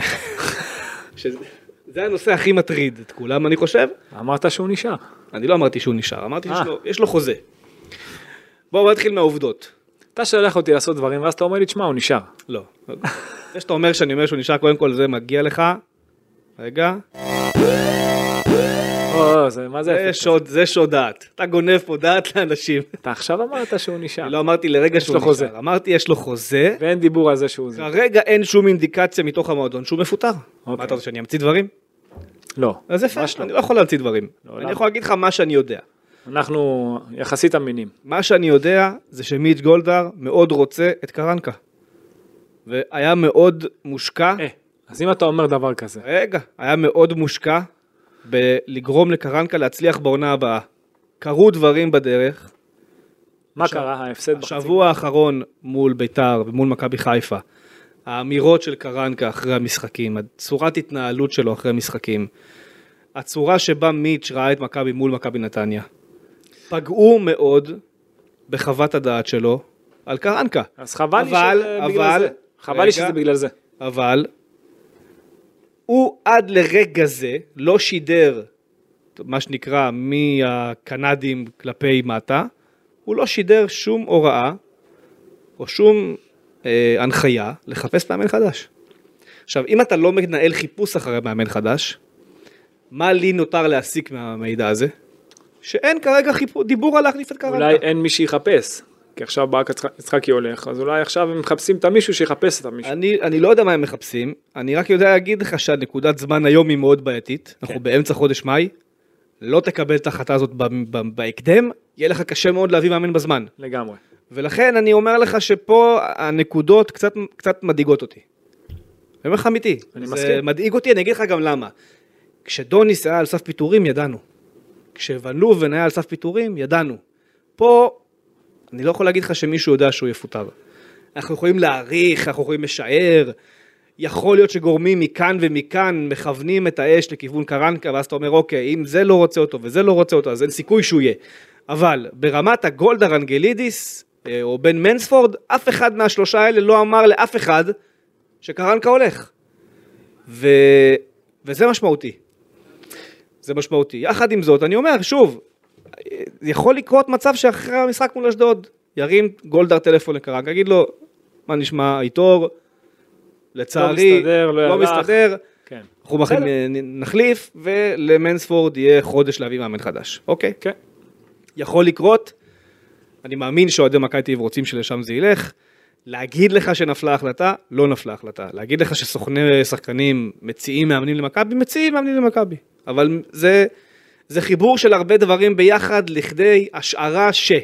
זה הנושא הכי מטריד את כולם, אני חושב. אמרת שהוא נשאר. אני לא אמרתי שהוא נשאר, אמרתי שיש לו חוזה. בואו נתחיל מהעובדות. אתה שולח אותי לעשות דברים, ואז אתה אומר לי, תשמע, הוא נשאר. לא. זה שאתה אומר שאני אומר שהוא נשאר, קודם כל זה מגיע לך. רגע. זה שוד דעת, אתה גונב פה דעת לאנשים. אתה עכשיו אמרת שהוא נשאר. לא אמרתי לרגע שהוא נשאר, אמרתי יש לו חוזה. ואין דיבור על זה שהוא זה. כרגע אין שום אינדיקציה מתוך המועדון שהוא מפוטר. מה אתה רוצה שאני אמציא דברים? לא. אז יפה, אני לא יכול להמציא דברים. אני יכול להגיד לך מה שאני יודע. אנחנו יחסית אמינים. מה שאני יודע זה שמיץ' גולדהר מאוד רוצה את קרנקה. והיה מאוד מושקע. אז אם אתה אומר דבר כזה. רגע, היה מאוד מושקע. בלגרום לקרנקה להצליח בעונה הבאה. קרו דברים בדרך. מה קרה? ההפסד בחצי. השבוע האחרון מול ביתר ומול מכבי חיפה. האמירות של קרנקה אחרי המשחקים, הצורת התנהלות שלו אחרי המשחקים, הצורה שבה מיץ' ראה את מכבי מול מכבי נתניה, פגעו מאוד בחוות הדעת שלו על קרנקה. אז חבל לי שבגלל זה. חבל לי שזה בגלל זה. אבל הוא עד לרגע זה לא שידר, מה שנקרא, מהקנדים כלפי מטה, הוא לא שידר שום הוראה, או שום אה, הנחיה, לחפש מאמן חדש. עכשיו, אם אתה לא מנהל חיפוש אחרי מאמן חדש, מה לי נותר להסיק מהמידע הזה? שאין כרגע חיפור, דיבור על להחליף את קרנקה. אולי אין מי שיחפש, כי עכשיו ברק יצחקי הולך, אז אולי עכשיו הם מחפשים את המישהו שיחפש את המישהו. אני, אני לא יודע מה הם מחפשים, אני רק יודע להגיד לך שהנקודת זמן היום היא מאוד בעייתית, אנחנו באמצע חודש מאי, לא תקבל את ההחלטה הזאת בהקדם, יהיה לך קשה מאוד להביא מאמן בזמן. לגמרי. ולכן אני אומר לך שפה הנקודות קצת, קצת מדאיגות אותי. אני אומר לך אמיתי, אני זה מסכים. מדאיג אותי, אני אגיד לך גם למה. כשדוניס היה על סף פיטורים, ידענו. כשוונלובן היה על סף פיטורים, ידענו. פה, אני לא יכול להגיד לך שמישהו יודע שהוא יפוטר. אנחנו יכולים להעריך, אנחנו יכולים לשער, יכול להיות שגורמים מכאן ומכאן מכוונים את האש לכיוון קרנקה, ואז אתה אומר, אוקיי, אם זה לא רוצה אותו וזה לא רוצה אותו, אז אין סיכוי שהוא יהיה. אבל ברמת הגולדר אנגלידיס, או בן מנספורד, אף אחד מהשלושה האלה לא אמר לאף אחד שקרנקה הולך. ו... וזה משמעותי. זה משמעותי. יחד עם זאת, אני אומר, שוב, יכול לקרות מצב שאחרי המשחק מול אשדוד, ירים גולדר טלפון לקרנקה, יגיד לו, מה נשמע, איתור, לצערי, לא מסתדר, לא, לא מסתדר, כן. אנחנו נחליף, ולמנספורד יהיה חודש להביא מאמן חדש. אוקיי? כן. יכול לקרות, אני מאמין שאוהדי מכבי תל אביב רוצים שלשם זה ילך, להגיד לך שנפלה החלטה, לא נפלה החלטה. להגיד לך שסוכני שחקנים מציעים מאמנים למכבי, מציעים מאמנים למכבי. אבל זה, זה חיבור של הרבה דברים ביחד, לכדי השערה ש...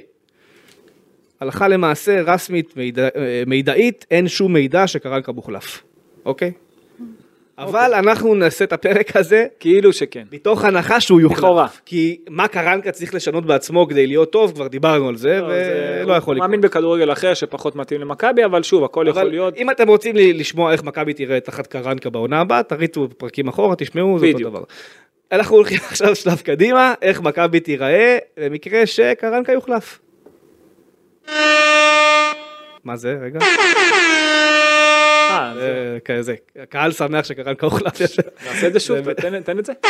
הלכה למעשה רסמית, מידע, מידעית, אין שום מידע שקרנקה מוחלף. אוקיי? אבל אנחנו נעשה את הפרק הזה, כאילו שכן. מתוך הנחה שהוא יוחלף. לכאורה. כי מה קרנקה צריך לשנות בעצמו כדי להיות טוב, כבר דיברנו על זה, ולא יכול לקרות. מאמין בכדורגל אחר שפחות מתאים למכבי, אבל שוב, הכל יכול להיות. אם אתם רוצים לשמוע איך מכבי תראה תחת קרנקה בעונה הבאה, תריצו פרקים אחורה, תשמעו, זה אותו דבר. אנחנו הולכים עכשיו שלב קדימה, איך מכבי תיראה, במקרה שקרנקה יוחלף. מה זה? רגע. אה, זה כזה. הקהל שמח שקרנקה הוחלף. נעשה את זה שוב, תן את זה.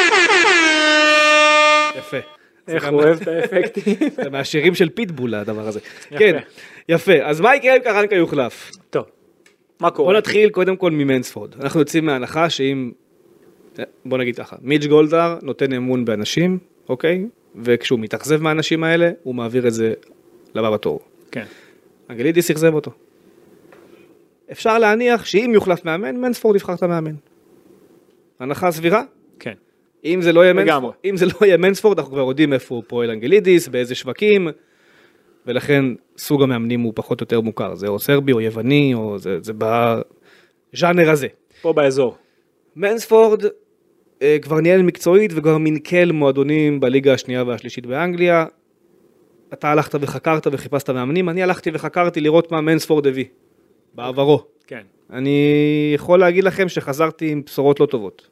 יפה. איך הוא אוהב את האפקטים. זה מהשירים של פיטבול הדבר הזה. כן, יפה. אז מה יקרה אם קרנקה יוחלף? טוב, מה קורה? בוא נתחיל קודם כל ממנספורד. אנחנו יוצאים מההנחה שאם, בוא נגיד ככה, מיץ' גולדהר נותן אמון באנשים, אוקיי? וכשהוא מתאכזב מהאנשים האלה, הוא מעביר את זה לבא בתור. כן. אנגלידיס יחזב אותו. אפשר להניח שאם יוחלף מאמן, מנספורד יבחר את המאמן. הנחה סבירה? כן. אם זה לא יהיה מנספורד, אם זה לא יהיה מנספורד, אנחנו כבר יודעים איפה הוא פועל אנגלידיס, באיזה שווקים, ולכן סוג המאמנים הוא פחות או יותר מוכר. זה או סרבי או יווני, או זה, זה בז'אנר הזה. פה באזור. מנספורד אה, כבר ניהל מקצועית וכבר מנכ"ל מועדונים בליגה השנייה והשלישית באנגליה. אתה הלכת וחקרת וחיפשת מאמנים, אני הלכתי וחקרתי לראות מה מנספורד הביא, בעברו. כן. אני יכול להגיד לכם שחזרתי עם בשורות לא טובות.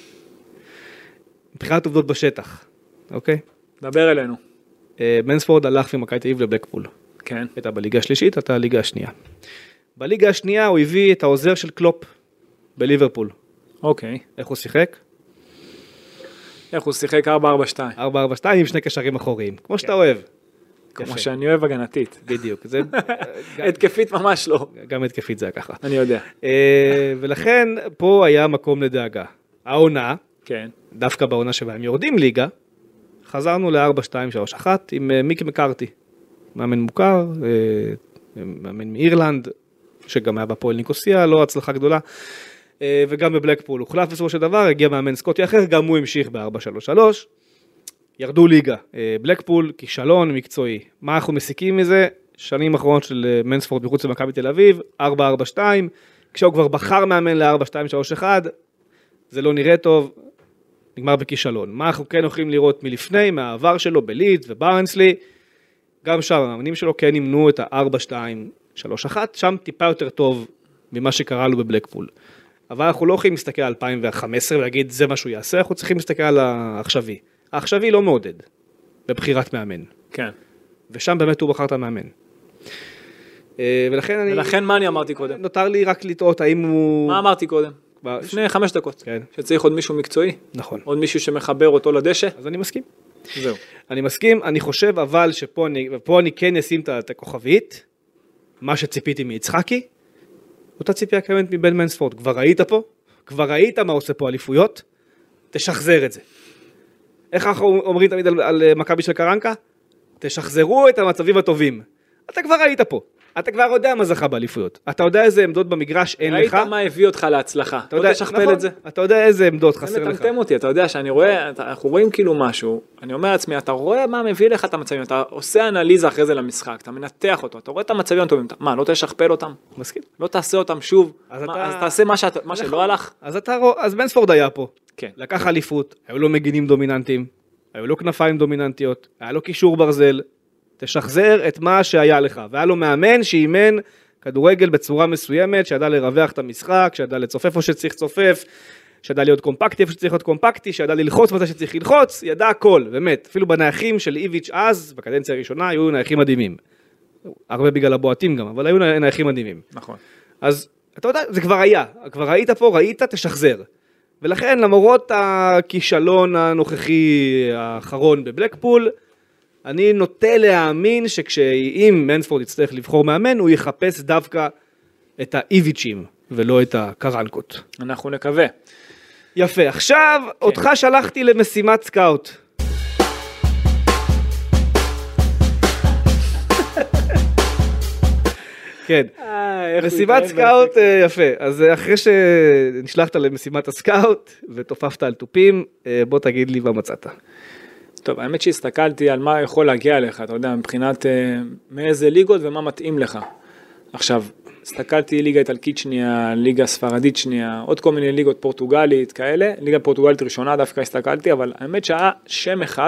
מבחינת עובדות בשטח, אוקיי? דבר אלינו. מנספורד הלך ממכבי תל אביב לבלקפול. כן. הייתה בליגה השלישית, הייתה הליגה השנייה. בליגה השנייה הוא הביא את העוזר של קלופ בליברפול. אוקיי. איך הוא שיחק? איך הוא שיחק ארבע ארבע שתיים. ארבע ארבע שתיים עם שני קשרים אחוריים, כמו שאתה אוהב. כמו שאני אוהב הגנתית. בדיוק. זה התקפית ממש לא. גם התקפית זה היה ככה. אני יודע. ולכן פה היה מקום לדאגה. העונה, כן. דווקא בעונה שבה הם יורדים ליגה, חזרנו ל-ארבע שתיים שלוש אחת עם מיק מקארתי, מאמן מוכר, מאמן מאירלנד, שגם היה בפועל ניקוסיה, לא הצלחה גדולה, וגם בבלקפול הוחלף בסופו של דבר, הגיע מאמן סקוטי אחר, גם הוא המשיך ב-ארבע שלוש שלוש, ירדו ליגה, בלקפול, כישלון מקצועי. מה אנחנו מסיקים מזה? שנים אחרונות של מנספורד מחוץ למכבי תל אביב, ארבע ארבע שתיים, כשהוא כבר בחר מאמן ל-ארבע שתיים שלוש אחת, זה לא נראה טוב, נגמר בכישלון. מה אנחנו כן יכולים לראות מלפני, מהעבר שלו בליד וברנסלי, גם שם המאמנים שלו כן נמנו את ה-ארבע שתיים שלוש אחת, שם טיפה יותר טוב ממה שקרה לו בבלקפול. אבל אנחנו לא יכולים להסתכל על אלפיים וחמש עשרה ולהגיד זה מה שהוא יעשה, אנחנו צריכים להסתכל על העכשווי. העכשווי לא מעודד בבחירת מאמן. כן. ושם באמת הוא בחר את המאמן. ולכן אני... ולכן מה אני אמרתי קודם? נותר לי רק לטעות האם הוא... מה אמרתי קודם? לפני חמש דקות. כן. שצריך עוד מישהו מקצועי. נכון. עוד מישהו שמחבר אותו לדשא. אז אני מסכים. זהו. אני מסכים, אני חושב אבל שפה אני, ופה אני כן אשים את הכוכבית, מה שציפיתי מיצחקי, אותה ציפייה קיימת מבן מנספורד. כבר ראית פה? כבר ראית מה עושה פה אליפויות? תשחזר את זה. איך אנחנו אומרים תמיד על, על מכבי של קרנקה? תשחזרו את המצבים הטובים. אתה כבר היית פה. אתה כבר יודע מה זכה באליפויות. אתה יודע איזה עמדות במגרש אין לך. ראית מה הביא אותך להצלחה. אתה יודע, תשכפל נכון, את זה. אתה יודע איזה עמדות חסר לך. זה מטמטם אותי, אתה יודע שאני רואה, אנחנו רואים כאילו משהו, אני אומר לעצמי, אתה רואה מה מביא לך את המצבים, אתה עושה אנליזה אחרי זה למשחק, אתה מנתח אותו, אתה רואה את המצבים הטובים, מה, לא תשכפל אותם? מסכים. לא תעשה אותם שוב, אז מה, אתה- אז תעשה מה שאת- מה שלא הלך? אז אתה רואה, אז בנספורד היה פה. כן. לקח אליפות, היו לו מגינים דומיננטיים, היו לו כנפיים דומיננטיות, היה לו קישור ברזל, תשחזר את מה שהיה לך, והיה לו מאמן שאימן כדורגל בצורה מסוימת, שידע לרווח את המשחק, שידע לצופף או שצריך צופף, שידע להיות קומפקטי איפה שצריך להיות קומפקטי, שידע ללחוץ מתי שצריך ללחוץ, ידע הכל, באמת, אפילו בנייחים של איביץ' אז, בקדנציה הראשונה, היו נייחים מדהימים. הרבה בגלל הבועטים גם, אבל היו נייחים מדהימים. נכון. אז אתה יודע, זה כבר היה, כבר היית פה, ראית, תשחזר. ולכן, למרות הכישלון הנוכחי האחרון בבלקפול, אני נוטה להאמין שכשאם מנספורד יצטרך לבחור מאמן, הוא יחפש דווקא את האיביצ'ים, ולא את הקרנקות. אנחנו נקווה. יפה, עכשיו אותך שלחתי למשימת סקאוט. כן, משימת סקאוט, אה, יפה. אז אה, אחרי שנשלחת למשימת הסקאוט ותופפת על טופים, אה, בוא תגיד לי מה מצאת. טוב, האמת שהסתכלתי על מה יכול להגיע לך, אתה יודע, מבחינת אה, מאיזה ליגות ומה מתאים לך. עכשיו, הסתכלתי ליגה איטלקית שנייה, ליגה ספרדית שנייה, עוד כל מיני ליגות פורטוגלית כאלה, ליגה פורטוגלית ראשונה דווקא הסתכלתי, אבל האמת שהיה שם אחד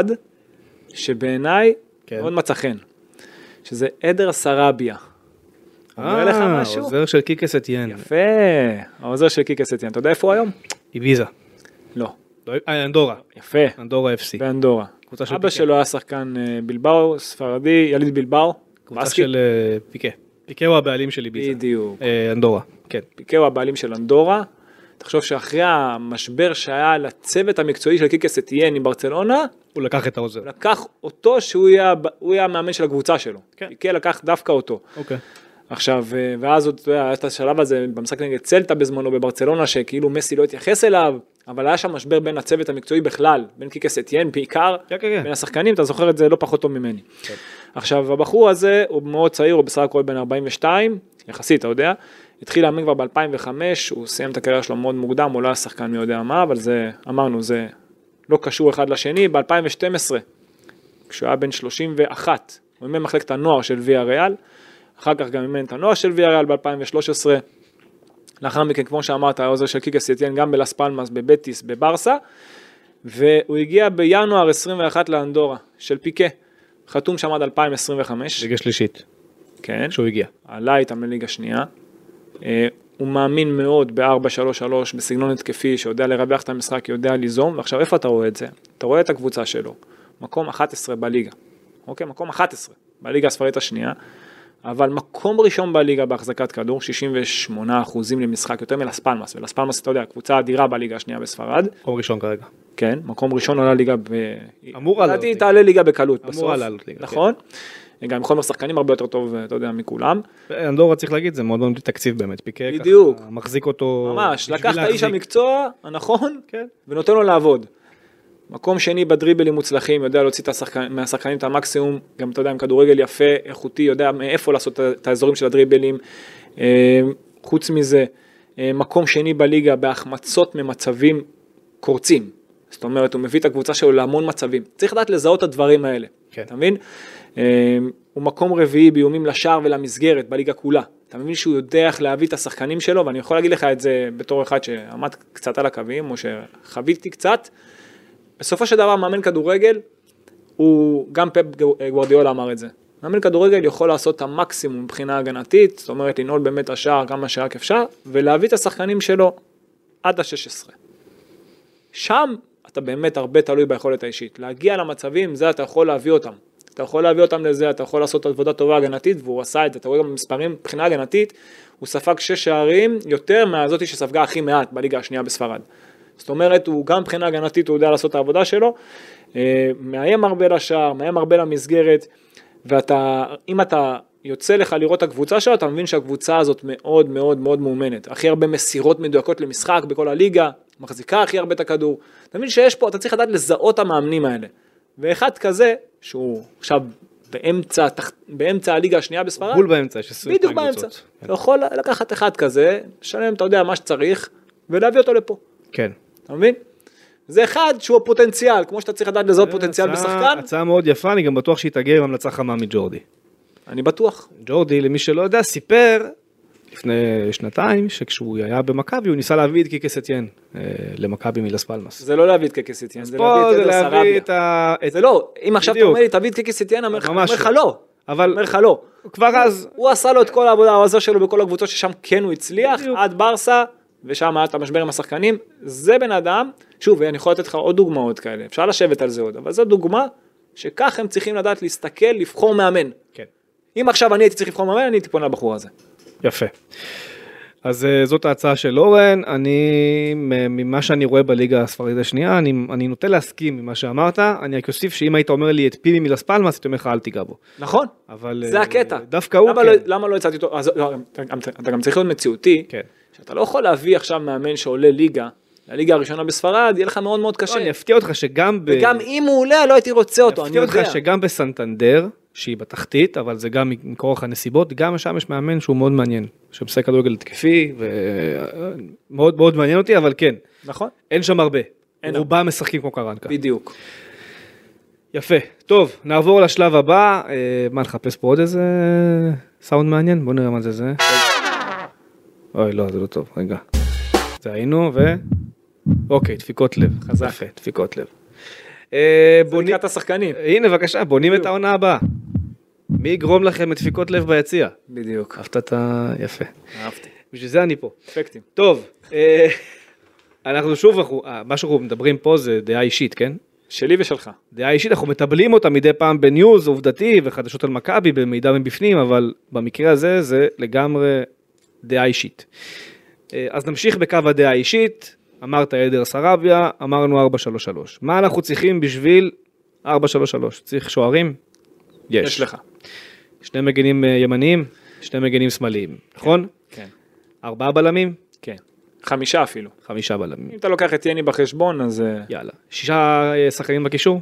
שבעיניי כן. מאוד מצא חן, שזה עדר סרביה. אומר לך אה, משהו? עוזר של קיקס אתיין. יפה, העוזר של קיקס אתיין. אתה יודע איפה הוא היום? איביזה. לא. אה, אנדורה. יפה, אנדורה אף סי. באנדורה. קבוצה של אבא פיקה. שלו היה שחקן אה, בלבאו, ספרדי, יליד בלבאו. קבוצה בסקי. של אה, פיקה. פיקה הוא הבעלים של איביזה. בדיוק. אה, אנדורה, כן. פיקה הוא הבעלים של אנדורה. תחשוב שאחרי המשבר שהיה לצוות המקצועי של קיקס אתיין עם ברצלונה, הוא לקח את העוזר. הוא לקח אותו שהוא יהיה, הוא יהיה המאמן של הקבוצה שלו. כן. פיקה לקח דווקא אותו. אוקיי. עכשיו, ואז עוד, אתה יודע, היה את השלב הזה במשחק נגד צלטה בזמנו בברצלונה, שכאילו מסי לא התייחס אליו, אבל היה שם משבר בין הצוות המקצועי בכלל, בין קיקס אתיין בעיקר, כן, כן, כן. בין השחקנים, אתה זוכר את זה לא פחות טוב ממני. עכשיו, הבחור הזה הוא מאוד צעיר, הוא בסך הכל בן ארבעים ושתיים, יחסית, אתה יודע, התחיל לאמן כבר ב-אלפיים וחמש, הוא סיים את הקריירה שלו מאוד מוקדם, הוא לא היה שחקן מי יודע מה, אבל זה, אמרנו, זה לא קשור אחד לשני. ב-אלפיים ושתים עשרה, כשהוא היה בן שלושים ואחת, הוא אימן מחלקת הנוער של ויה ריאל, אחר כך גם אימן את הנוער של ויה ריאל ב-אלפיים ושלוש עשרה, לאחר מכן, כמו שאמרת, העוזר של קיקס אתיין גם בלס פלמאס, בבטיס, בברסה, והוא הגיע בינואר עשרים ואחת לאנדורה, של פיקה, חתום שם עד אלפיים עשרים וחמש. ליגה שלישית, כן. שהוא הגיע. עלה איתם לליגה שנייה. הוא מאמין מאוד ב-ארבע שלוש שלוש, בסגנון התקפי, שיודע לרווח את המשחק, יודע ליזום, ועכשיו איפה אתה רואה את זה? אתה רואה את הקבוצה שלו, מקום אחת עשרה בליגה, אוקיי? מקום אחת עשרה בליגה הספרדית השנייה, אבל מקום ראשון בליגה בהחזקת כדור, שישים ושמונה אחוזים למשחק, יותר מלס פלמאס, ולס פלמאס, אתה יודע, קבוצה אדירה בליגה השנייה בספרד. מקום ראשון כרגע. כן, מקום ראשון עולה ליגה ב... אמור לעלות לדעתי ליגה. תעלה ליגה בקלות בסוף. אמורה לעלות ליגה, נכון? גם יכול להיות שחקנים הרבה יותר טוב, אתה יודע, מכולם. אנדורה צריך להגיד, זה מאוד מאוד תקציב באמת. פיקה ככה בדיוק. מחזיק אותו. ממש, בשביל לקח את האיש להחזיק. המקצוע, הנכון, כן. ונותן לו לעבוד. מקום שני בדריבלים מוצלחים, יודע להוציא את השחקנים, מהשחקנים את המקסימום, גם אתה יודע, עם כדורגל יפה, איכותי, יודע מאיפה לעשות את האזורים של הדריבלים. חוץ מזה, מקום שני בליגה בהחמצות ממצבים קורצים. זאת אומרת, הוא מביא את הקבוצה שלו להמון מצבים. צריך לדעת לזהות את הדברים האלה. כן. אתה מבין? הוא מקום רביעי באיומים לשער ולמסגרת בליגה כולה. אתה מבין שהוא יודע איך להביא את השחקנים שלו, ואני יכול להגיד לך את זה בתור אחד שעמד קצת על הקווים, או שחוויתי קצת. בסופו של דבר, מאמן כדורגל, הוא, גם פפ גוארדיולה אמר את זה. מאמן כדורגל יכול לעשות את המקסימום מבחינה הגנתית, זאת אומרת, לנעול באמת השער כמה שרק אפשר, ולהביא את השחקנים שלו עד ה-שש עשרה. שם אתה באמת הרבה תלוי ביכולת האישית. להגיע למצבים, זה אתה יכול להביא אותם. אתה יכול להביא אותם לזה, אתה יכול לעשות עבודה טובה הגנתית, והוא עשה את זה. אתה רואה גם במספרים, מבחינה הגנתית, הוא ספג שש שערים יותר מהזאתי שספגה הכי מעט בליגה השנייה בספרד. זאת אומרת, הוא גם מבחינה הגנתית, הוא יודע לעשות את העבודה שלו, מאיים הרבה לשער, מאיים הרבה למסגרת, ואתה, אם אתה יוצא לך לראות את הקבוצה שלו, אתה מבין שהקבוצה הזאת מאוד מאוד מאוד מאומנת. הכי הרבה מסירות מדויקות למשחק בכל הליגה, מחזיקה הכי הרבה את הכדור. אתה מבין שיש פה, אתה צריך לדעת לזהות המאמנים האלה. ואחד כזה, שהוא עכשיו באמצע, באמצע הליגה השנייה בספרד, בול באמצע, יש עשרים בדיוק באמצע. אתה יכול לקחת אחד כזה, לשלם, אתה יודע, מה שצריך, ולהביא אותו לפה. כן. אתה מבין? זה אחד שהוא הפוטנציאל, כמו שאתה צריך לדעת לזהות פוטנציאל בשחקן. הצעה מאוד יפה, אני גם בטוח שהיא תגיע עם המלצה חמה מג'ורדי. אני בטוח. ג'ורדי, למי שלא יודע, סיפר לפני שנתיים, שכשהוא היה במכבי, הוא ניסה להביא את קיקה סטיין למכבי מלס פלמאס. זה לא להביא את קיקה סטיין, זה פה להביא את זה אדר להביא את סרביה. ה... זה לא, אם עכשיו אתה אומר לי, תביא את קיקה סטיין, אומר לך לא. אבל אומר לך לא. כבר אז... הוא עשה לו את כל העבודה העזה שלו בכל הקבוצות ששם כן הוא הצליח, עד ברסה, ושם היה את המשבר עם השחקנים. זה בן אדם, שוב, אני יכול לתת לך עוד דוגמאות כאלה, אפשר לשבת על זה עוד, אבל זו דוגמה שכך הם צריכים לדעת להסתכל, לבחור מאמן. כן. אם עכשיו אני הייתי צריך לבחור מאמן, אני הייתי פונה לבחור הזה. יפה. אז זאת ההצעה של אורן, אני, ממה שאני רואה בליגה הספרדית השנייה, אני, אני נוטה להסכים ממה שאמרת, אני רק אוסיף שאם היית אומר לי את פימי מלס פלמאס, הייתי אומר לך אל תיגע בו. נכון, אבל זה הקטע. דווקא הוא למה כן. לא, למה לא הצעתי אותו? אז, לא, אתה גם צריך להיות מציאותי, כן. שאתה לא יכול להביא עכשיו מאמן שעולה ליגה, לליגה הראשונה בספרד, יהיה לך מאוד מאוד קשה. לא, אני אפתיע אותך שגם... וגם ב... אם הוא עולה, לא הייתי רוצה אותו, אני יודע. אני אפתיע אותך שגם בסנטנדר, שהיא בתחתית, אבל זה גם מכורח הנסיבות, גם שם יש מאמן שהוא מאוד מעניין, שמשחק כדורגל התקפי, ומאוד מאוד מעניין אותי, אבל כן. נכון. אין שם הרבה. אין רובם משחקים כמו קרנקה. בדיוק. יפה. טוב, נעבור לשלב הבא. מה, נחפש פה עוד איזה סאונד מעניין? בוא נראה מה זה זה. אוי, לא, זה לא טוב. רגע. זה היינו, ו... אוקיי, דפיקות לב. חזק. יפה, דפיקות לב. זה לקראת השחקנים. הנה, בבקשה, בונים את העונה הבאה. מי יגרום לכם את דפיקות לב ביציע? בדיוק. אהבת את ה... יפה. אהבתי. בשביל זה אני פה. אפקטים. טוב, אנחנו שוב, מה שאנחנו מדברים פה זה דעה אישית, כן? שלי ושלך. דעה אישית, אנחנו מטבלים אותה מדי פעם בניוז, עובדתי וחדשות על מכבי, במידע מבפנים, אבל במקרה הזה זה לגמרי דעה אישית. אז נמשיך בקו הדעה האישית, אמרת אדר סרביה, אמרנו ארבע שלוש שלוש. מה אנחנו צריכים בשביל ארבע שלוש שלוש? צריך שוערים? יש. יש לך. שני מגנים ימניים, שני מגנים שמאליים, נכון? כן. ארבעה בלמים? כן. חמישה אפילו. חמישה בלמים. אם אתה לוקח את יני בחשבון, אז... יאללה. שישה שחקנים בקישור?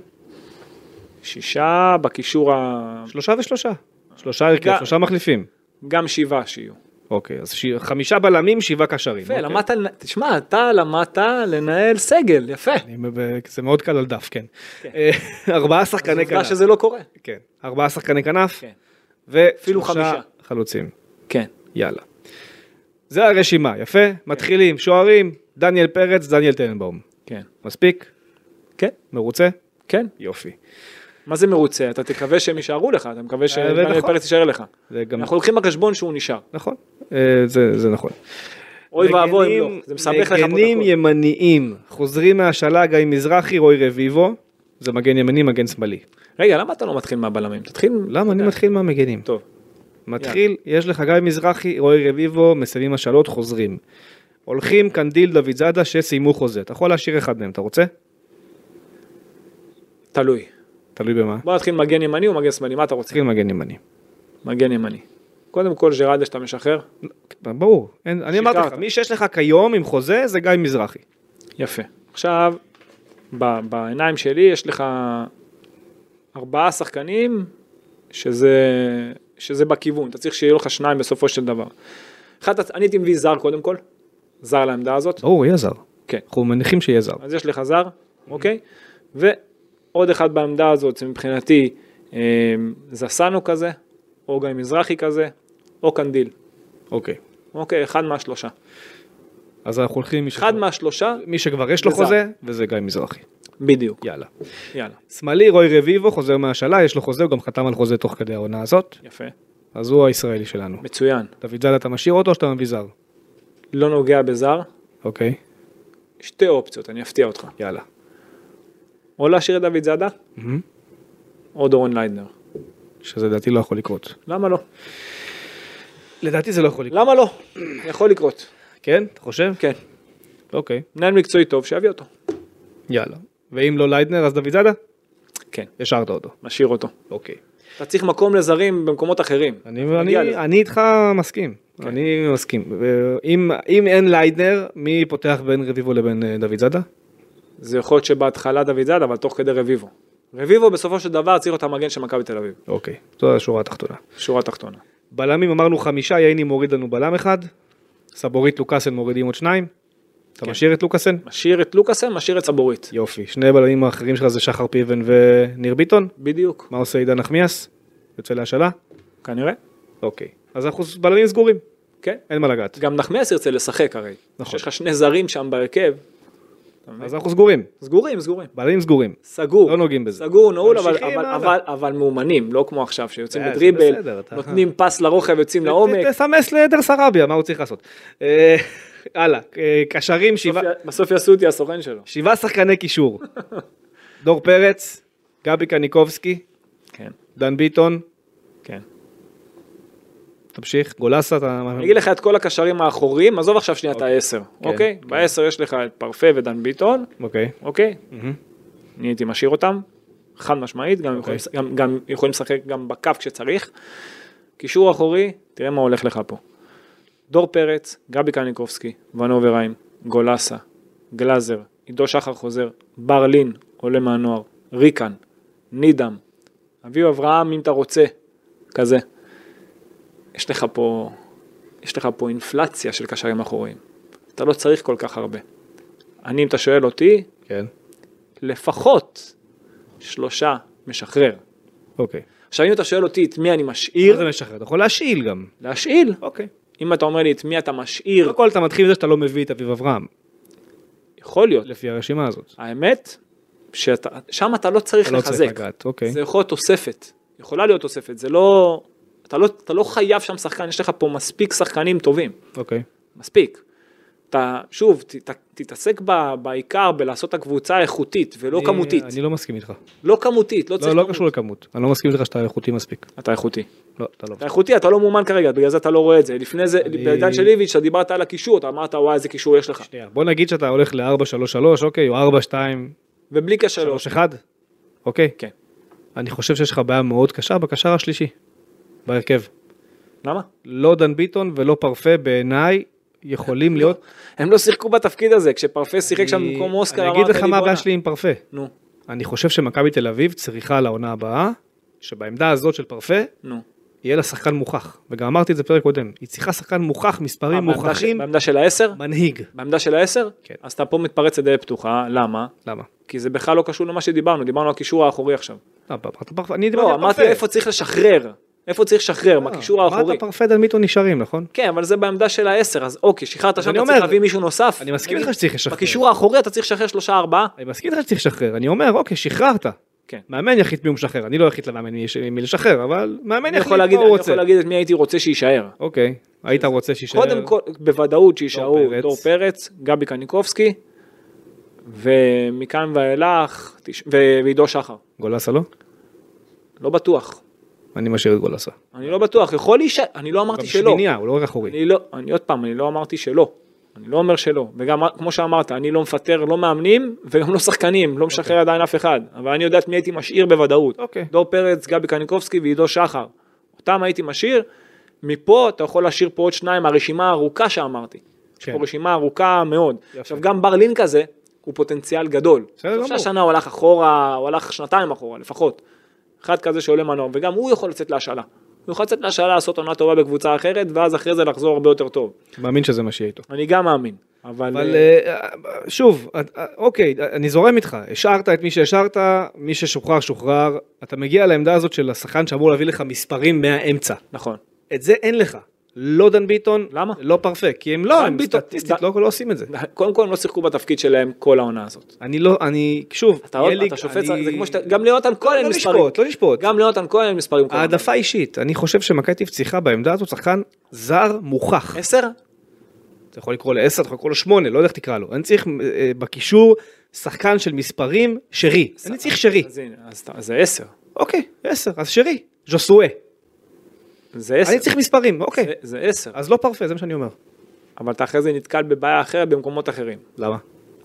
שישה בקישור ה... שלושה ושלושה. שלושה הרכב, שלושה מחליפים. גם שבעה שיהיו. אוקיי, אז ש... חמישה בלמים, שבעה קשרים. יפה, אוקיי. למדת, תשמע, אתה למדת לנהל סגל, יפה. אני, זה מאוד קל על דף, כן. כן. ארבעה שחקני כנף. אז שזה לא קורה. כן. ארבעה שחקני כנף. כן. ואפילו חמישה. חלוצים. כן. יאללה. זה הרשימה, יפה? כן. מתחילים, שוערים, דניאל פרץ, דניאל טננבאום. כן. מספיק? כן. מרוצה? כן. יופי. מה זה מרוצה? אתה תקווה שהם יישארו לך, אתה מקווה שדניאל פרץ יישאר לך. אנחנו לוקחים בחשבון שהוא נשאר. נכון, זה נכון. אוי ואבוי אם לא, זה מסבך לך פה את הכל. מגנים ימניים, חוזרים מהשאלה, גיא מזרחי, רוי רביבו, זה מגן ימני, מגן שמאלי. רגע, למה אתה לא מתחיל מהבלמים? תתחיל... למה? אני מתחיל מהמגנים. טוב. מתחיל, יש לך גיא מזרחי, רוי רביבו, מסיימים השאלות, חוזרים. הולכים קנדיל, דוד זאדה, שסיימו חוזה. אתה יכול להשאיר אחד מהם, אתה רוצה? תלוי. תלוי במה? בוא נתחיל מגן ימני או מגן שמאלי, מה אתה רוצה? נתחיל מגן ימני. מגן ימני. קודם כל ג'רלדה שאתה משחרר. ברור. אני אמרתי לך, מי שיש לך כיום עם חוזה זה גיא מזרחי. יפה. עכשיו, בעיניים שלי יש לך ארבעה שחקנים שזה, שזה בכיוון. אתה צריך שיהיו לך שניים בסופו של דבר. אחד, אני הייתי מביא זר קודם כל. זר לעמדה הזאת. ברור, יהיה זר. כן. אנחנו מניחים שיהיה זר. אז יש לך זר, אוקיי? ועוד אחד בעמדה הזאת, זה מבחינתי זסנו כזה, או גיא מזרחי כזה, או קנדיל. אוקיי. אוקיי, אחד מהשלושה. אז אנחנו הולכים... אחד מהשלושה... מי שכבר יש לו חוזה, וזה גיא מזרחי. בדיוק. יאללה. יאללה. שמאלי, רוי רביבו, חוזר מהשאלה, יש לו חוזה, הוא גם חתם על חוזה תוך כדי העונה הזאת. יפה. אז הוא הישראלי שלנו. מצוין. דוד זאדה, אתה משאיר אותו או שאתה מביא זר? לא נוגע בזר. אוקיי. שתי אופציות, אני אפתיע אותך. יאללה. או להשאיר את דוד זאדה, או דורון ליידנר. שזה לדעתי לא יכול לקרות. למה לא? לדעתי זה לא יכול לקרות. למה לא? יכול לקרות. כן? אתה חושב? כן. אוקיי. מנהל מקצועי טוב, שיביא אותו. יאללה. ואם לא ליידנר, אז דוד זאדה? כן. השארת אותו. משאיר אותו. אוקיי. אתה צריך מקום לזרים במקומות אחרים. אני, אני, אני איתך מסכים, כן. אני מסכים. אם, אם אין ליידנר, מי פותח בין רביבו לבין דוד זאדה? זה יכול להיות שבהתחלה דוד זאדה, אבל תוך כדי רביבו. רביבו בסופו של דבר צריך להיות המגן של מכבי תל אביב. אוקיי, זו השורה התחתונה. שורה התחתונה. בלמים אמרנו חמישה, ייני מוריד לנו בלם אחד, סבורית לוקאסן מורידים עוד שניים. אתה משאיר את לוקאסן? משאיר את לוקאסן, משאיר את סבורית. יופי. שני בלמים האחרים שלך זה שחר פיבן וניר ביטון? בדיוק. מה עושה עידן נחמיאס? יוצא להשאלה? כנראה. אוקיי. אז אנחנו בלמים סגורים. כן. אין מה לגעת. גם נחמיאס ירצה לשחק הרי. נכון. יש לך שני זרים שם בהרכב. אז אנחנו סגורים. סגורים, סגורים. בלמים סגורים. סגור. לא נוגעים בזה. סגור, נעול, אבל, אבל, אבל, אבל מאומנים, לא כמו עכשיו, שיוצאים בדריבל, נותנים פס לרוחב, יוצאים לעומק. תסמס לעדר סרביה, מה הוא צריך לעשות? הלאה, קשרים שבעה... בסוף יעשו אותי הסוכן שלו. שבעה שחקני קישור. דור פרץ, גבי קניקובסקי, כן. דן ביטון. כן. תמשיך, גולסה. אני אגיד לך את כל הקשרים האחוריים, עזוב עכשיו שנייה את העשר, אוקיי? בעשר יש לך את פרפה ודן ביטון, אוקיי? אני הייתי משאיר אותם, חד משמעית, גם יכולים לשחק גם בקו כשצריך. קישור אחורי, תראה מה הולך לך פה. דור פרץ, גבי קניקובסקי, ונוברהיים, גולסה, גלאזר, עידו שחר חוזר, ברלין, עולה מהנוער, ריקן, נידם, אביו אברהם אם אתה רוצה, כזה. יש לך פה, יש לך פה אינפלציה של קשרים אחוריים. אתה לא צריך כל כך הרבה. אני, אם אתה שואל אותי, כן. לפחות שלושה משחרר. אוקיי. עכשיו, אם אתה שואל אותי את מי אני משאיר... מה זה משחרר? אתה יכול להשאיל גם. להשאיל? אוקיי. אם אתה אומר לי את מי אתה משאיר... לא כל אתה מתחיל בזה שאתה לא מביא את אביב אברהם. יכול להיות. לפי הרשימה הזאת. האמת, שאתה, שם אתה לא צריך אתה לחזק. לא צריך לגעת, אוקיי. זה יכול להיות תוספת. יכולה להיות תוספת. זה לא... אתה לא, אתה לא חייב שם שחקן, יש לך פה מספיק שחקנים טובים. אוקיי. מספיק. אתה, שוב, ת, תתעסק ב, בעיקר בלעשות את הקבוצה האיכותית, ולא אני, כמותית. אני לא מסכים איתך. לא כמותית, לא, לא צריך לא כמות. לא קשור לכמות. אני לא מסכים איתך שאתה איכותי מספיק. אתה איכותי. לא, אתה לא. אתה איכותי, אתה לא מאומן כרגע, בגלל זה אתה לא רואה את זה. לפני זה, אני... בעידן של ליביץ', אתה דיברת על הקישור, אתה אמרת, וואי, איזה קישור יש לך. שנייה, בוא נגיד שאתה הולך ל-ארבע שלוש שלוש, אוקיי, או ארבע שתיים... ובלי קשר שלוש אחד, אוקיי? כן. אני חושב שיש לך בעיה מאוד קשה בקשר השלישי, בהרכב. למה? לא דן ביטון ולא פרפה בעיניי יכולים להיות... הם לא שיחקו בתפקיד הזה, כשפרפה שיחק שם במקום אוסקר, אני אגיד לך מה הבעיה שלי עם פרפה. נו. אני חושב שמכבי תל אביב צריכה לעונה הבאה, שבעמדה הזאת של פרפה, נו. יהיה לה שחקן מוכח. וגם אמרתי את זה פרק קודם. היא צריכה שחקן מוכח, מספרים מוכחים. בעמדה של העשר? מנהיג. בעמדה של העשר? כן. אז אתה פה מתפרץ לדלת פתוחה, למה? למה? כי זה בכלל לא קשור למה שדיברנו, דיברנו על הקישור האחורי עכשיו. אני דיברתי על פרפה. אמרתי איפה צריך לשחרר. איפה צריך לשחרר, מהקישור האחורי. אמרת פרפה דן ביטון נשארים, נכון? כן, אבל זה בעמדה של העשר, אז אוקיי, שחררת שם, אתה צריך להביא מישהו נוסף. אני מסכים לך שצריך לשחרר. בקישור האחורי אתה צריך לשחרר שלושה ארבעה. אני מסכים לך שצריך לשחרר, אני אומר, אוקיי, שחררת. כן. מאמן יחליט מי הוא משחרר, אני לא יחליט למאמן מי לשחרר, אבל מאמן יחליט מה הוא רוצה. אני יכול להגיד את מי הייתי רוצה שישאר. אוקיי, היית רוצה שישאר. קודם כל, בוודאות שישארו דור פרץ, גבי קניקובסקי, ומכאן ואילך, ועידו שחר. גולסה לא? לא בטוח. אני משאיר את גולסה. אני לא בטוח, יכול להישאר, אני לא אמרתי שלא. גם שמינייה, הוא לא רק אחורי. אני לא, אני עוד פעם, אני לא אמרתי שלא. אני לא אומר שלא. וגם, כמו שאמרת, אני לא מפטר, לא מאמנים, וגם לא שחקנים, לא משחרר עדיין אף אחד. אבל אני יודעת מי הייתי משאיר בוודאות. אוקיי. דור פרץ, גבי קניקובסקי ועידו שחר. אותם הייתי משאיר. מפה אתה יכול להשאיר פה עוד שניים, הרשימה הארוכה שאמרתי. יש פה רשימה ארוכה מאוד. עכשיו, גם ברלין כזה, הוא פוטנציאל גדול. בסדר, שהשנה הוא הלך אחורה, הוא הלך שנתיים אחורה, לפחות. אחד כזה שעולה מנוע, וגם הוא יכול לצאת להשאלה. הוא יכול לצאת להשאלה, לעשות עונה טובה בקבוצה אחרת, ואז אחרי זה לחזור הרבה יותר טוב. מאמין שזה מה שיהיה איתו. אני גם מאמין. אבל... אבל שוב, אוקיי, אני זורם איתך, השארת את מי שהשארת, מי ששוחרר, שוחרר, אתה מגיע לעמדה הזאת של השחקן שאמור להביא לך מספרים מהאמצע. נכון. את זה אין לך. לא דן ביטון, למה? לא פרפה, כי הם לא, הם סטטיסטית לא עושים את זה. קודם כל הם לא שיחקו בתפקיד שלהם כל העונה הזאת. אני לא, אני, שוב, אתה שופט, זה כמו שאתה, גם ליאונתן כהן אין מספרים. לא לשפוט. גם ליאונתן כהן אין מספרים. העדפה אישית, אני חושב שמכבי תל אביב צריכה בעמדה הזאת שחקן זר מוכח. עשר? אתה יכול לקרוא לעשר, אתה יכול לקרוא לשמונה, לא יודע איך תקרא לו. אני צריך בקישור שחקן של מספרים שרי. אני צריך שרי. אז זה עשר. אוקיי, עשר, אז שרי. ז'וסואה. זה עשר. אני צריך מספרים, אוקיי. זה עשר. אז לא פרפה, זה מה שאני אומר. אבל אתה אחרי זה נתקל בבעיה אחרת במקומות אחרים. למה?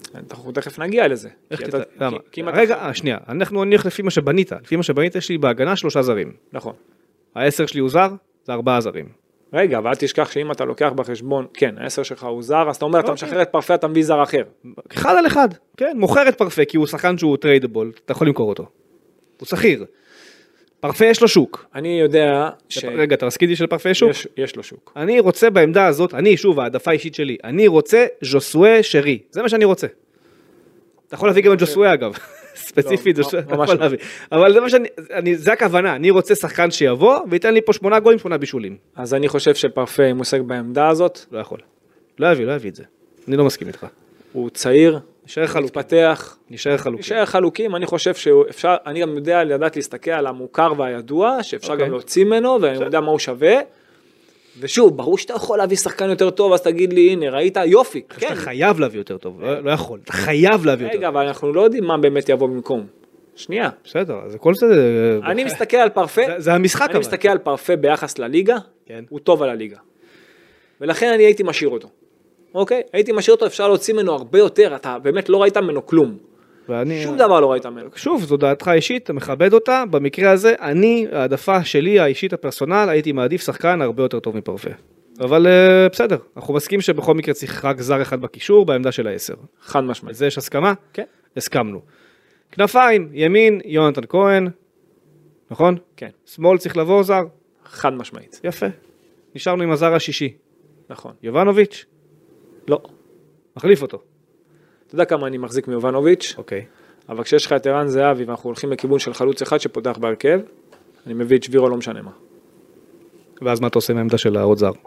אנחנו תכף נגיע לזה. איך כי תדע? אתה- למה? כי- כי אם אתה- רגע, אה, שנייה, אנחנו נניח לפי מה שבנית, לפי מה שבנית יש לי בהגנה שלושה זרים. נכון. העשר שלי הוא זר, זה ארבעה זרים. רגע, אבל אל תשכח שאם אתה לוקח בחשבון, כן, העשר שלך הוא זר, אז אתה אומר, אתה אוקיי. משחרר את פרפה, אתה מביא זר אחר. אחד על אחד, כן, מוכר את פרפה, כי הוא שחקן שהוא טריידבול, אתה יכול למכור אותו. הוא שכיר. פרפה יש לו שוק. אני יודע ש... רגע, אתה מסכים איתי של פרפה יש שוק? יש, יש לו שוק. אני רוצה בעמדה הזאת, אני שוב, העדפה אישית שלי, אני רוצה ז'וסואה שרי, זה מה שאני רוצה. אתה יכול להביא גם את ז'וסואה אגב, ספציפית, לא, ז'וסואה, אתה ממש יכול לא. להביא. אבל זה מה שאני, אני- זה הכוונה, אני רוצה שחקן שיבוא, וייתן לי פה שמונה גולים, שמונה בישולים. אז אני חושב שפרפה מושג בעמדה הזאת, לא יכול. לא יביא, לא יביא את זה. אני לא מסכים איתך. הוא צעיר, נשאר חלוק. מתפתח, נשאר חלוק. נשאר חלוקים, אני חושב שאפשר, אני גם יודע לדעת להסתכל על המוכר והידוע, שאפשר אוקיי. גם להוציא ממנו, ואני יודע מה הוא שווה, ושוב, ברור שאתה יכול להביא שחקן יותר טוב, אז תגיד לי, הנה, ראית, יופי, כן, אתה חייב להביא יותר טוב, לא לא יכול. אתה חייב להביא יותר רגע, טוב. אבל אנחנו לא יודעים מה באמת יבוא במקום. שנייה, בסדר, אז כל זה... אני מסתכל על פרפה, זה- זה המשחק אני אבל. מסתכל על פרפה ביחס לליגה, כן. הוא טוב על הליגה. ולכן אני הייתי משאיר אותו. אוקיי? הייתי משאיר אותו, אפשר להוציא ממנו הרבה יותר, אתה באמת לא ראית ממנו כלום. ואני... שום דבר לא ראית ממנו. שוב, זו דעתך האישית, אתה מכבד אותה, במקרה הזה, אני, העדפה שלי, האישית הפרסונל, הייתי מעדיף שחקן הרבה יותר טוב מפרפה. אבל אה, בסדר, אנחנו מסכים שבכל מקרה צריך רק זר אחד בקישור, בעמדה של העשר. חד משמעית. לזה יש הסכמה? כן. הסכמנו. כנפיים, ימין, יונתן כהן, נכון? כן. שמאל צריך לבוא זר, חד משמעית. יפה. נשארנו עם הזר השישי. נכון. יובנוביץ', לא. מחליף אותו. אתה יודע כמה אני מחזיק מיובנוביץ', אוקיי. אבל כשיש לך את ערן זהבי ואנחנו הולכים לכיוון של חלוץ אחד שפותח בהרכב, אני מביא את שבירו לא משנה מה. ואז מה אתה עושה מהעמדה של העוד זר?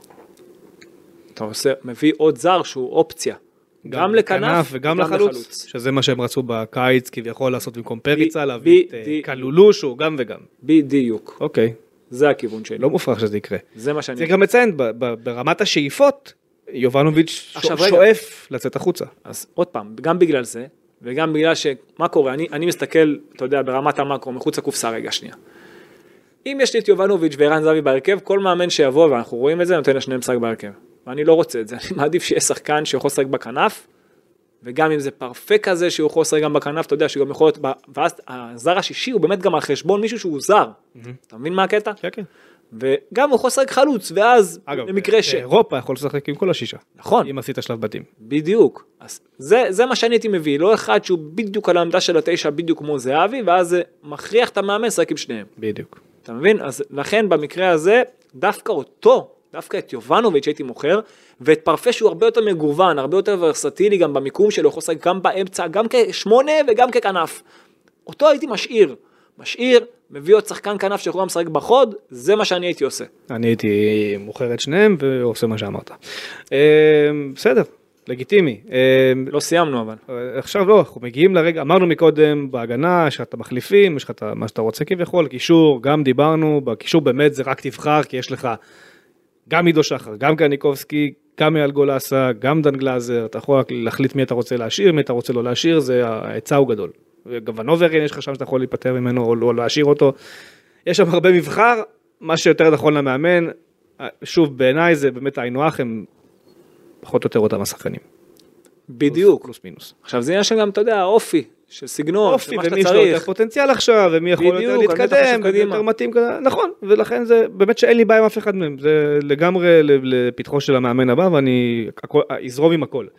אתה עושה, מביא עוד זר שהוא אופציה. גם לכנף וגם לחלוץ, שזה מה שהם רצו בקיץ, כביכול לעשות במקום פריצה, להביא את אה, קלולוש, הוא גם וגם. בדיוק. אוקיי, זה הכיוון שלי. לא מופרך שזה יקרה. זה מה שאני... צריך גם לציין, ב- ב- ברמת השאיפות, יובנוביץ' עכשיו, שואף רגע. לצאת החוצה. אז עוד פעם, גם בגלל זה, וגם בגלל שמה קורה, אני, אני מסתכל, אתה יודע, ברמת המקרו, מחוץ לקופסה רגע שנייה. אם יש לי את יובנוביץ' וערן זהבי בהרכב, כל מאמן שיבוא, ואנחנו רואים את זה, נותן לשניהם משחק בהרכב. ואני לא רוצה את זה, אני מעדיף שיהיה שחקן שיכול לשחק בכנף, וגם אם זה פרפה כזה שהוא יכול לשחק גם בכנף, אתה יודע שגם יכול להיות, ואז הזר השישי הוא באמת גם על חשבון מישהו שהוא זר. אתה מבין מה הקטע? כן, כן. וגם הוא יכול לשחק חלוץ, ואז אגב, במקרה ש... באירופה יכול לשחק עם כל השישה. נכון. אם עשית שלב בתים. בדיוק. אז זה, זה מה שאני הייתי מביא, לא אחד שהוא בדיוק על העמדה של התשע, בדיוק כמו זהבי, ואז זה מכריח את המאמן לשחק עם שניהם. בדיוק. אתה מבין? אז לכן במקרה הזה, דווקא אותו, דווקא את יובנוביץ' הייתי מוכר, ואת פרפה שהוא הרבה יותר מגוון, הרבה יותר ורסטילי, גם במיקום שלו, יכול לשחק גם באמצע, גם כשמונה וגם ככנף. אותו הייתי משאיר. משאיר, מביא עוד שחקן כנף שיכול לשחק בחוד, זה מה שאני הייתי עושה. אני הייתי מוכר את שניהם ועושה מה שאמרת. אה, בסדר, לגיטימי. אה, לא סיימנו אבל. עכשיו לא, אנחנו מגיעים לרגע, אמרנו מקודם בהגנה שאתה מחליפים, יש לך את מה שאתה רוצה כביכול, קישור, גם דיברנו, בקישור באמת זה רק תבחר, כי יש לך גם עידו שחר, גם קניקובסקי, גם אייל גולסה, גם דן גלאזר, אתה יכול להחליט מי אתה רוצה להשאיר, מי אתה רוצה לא להשאיר, זה ההיצע הוא גדול. וגם ונוברין יש לך שם שאתה יכול להיפטר ממנו או לא להשאיר אותו. יש שם הרבה מבחר, מה שיותר נכון למאמן, שוב בעיניי זה באמת העינוח, הם פחות או יותר אותם השחקנים. בדיוק. פלוס מינוס. עכשיו זה עניין שגם, אתה יודע, האופי של סגנון, אופי, של מה ומי שאתה יש לו יותר צריך. פוטנציאל עכשיו, ומי יכול יותר בדיוק, אני להתקדם, חושב קדימה. יותר מתאים, נכון, ולכן זה באמת שאין לי בעיה עם אף אחד מהם, זה לגמרי לפתחו של המאמן הבא, ואני אזרום עם הכל.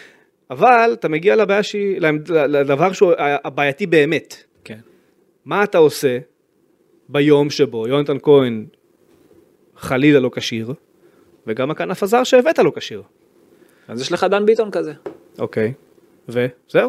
אבל אתה מגיע לבעיה שהיא, לדבר שהוא הבעייתי באמת. כן. מה אתה עושה ביום שבו יונתן כהן חלילה לא כשיר, וגם הכנף הזר שהבאת לא כשיר? אז יש לך דן ביטון כזה. אוקיי, וזהו?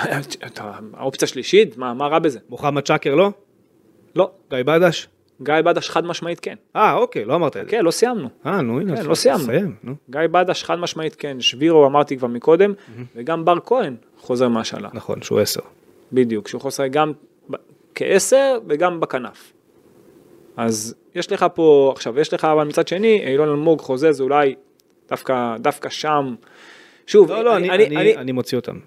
האופציה שלישית, מה, מה רע בזה? מוחמד שקר לא? לא. גיא בדש? גיא בדש חד משמעית כן. אה, אוקיי, לא אמרת את זה. כן, לא סיימנו. אה, נו, הנה. כן, לא סיימנו. סיים, נו. גיא בדש חד משמעית כן. שבירו אמרתי כבר מקודם, וגם בר כהן חוזר מהשאלה. נכון, שהוא עשר. בדיוק, שהוא חוזר גם ב- כעשר וגם בכנף. אז יש לך פה, עכשיו יש לך אבל מצד שני, אילון אלמוג חוזה, זה אולי דווקא, דווקא שם. שוב, לא, לא, אני, אני, אני, אני מוציא אותם.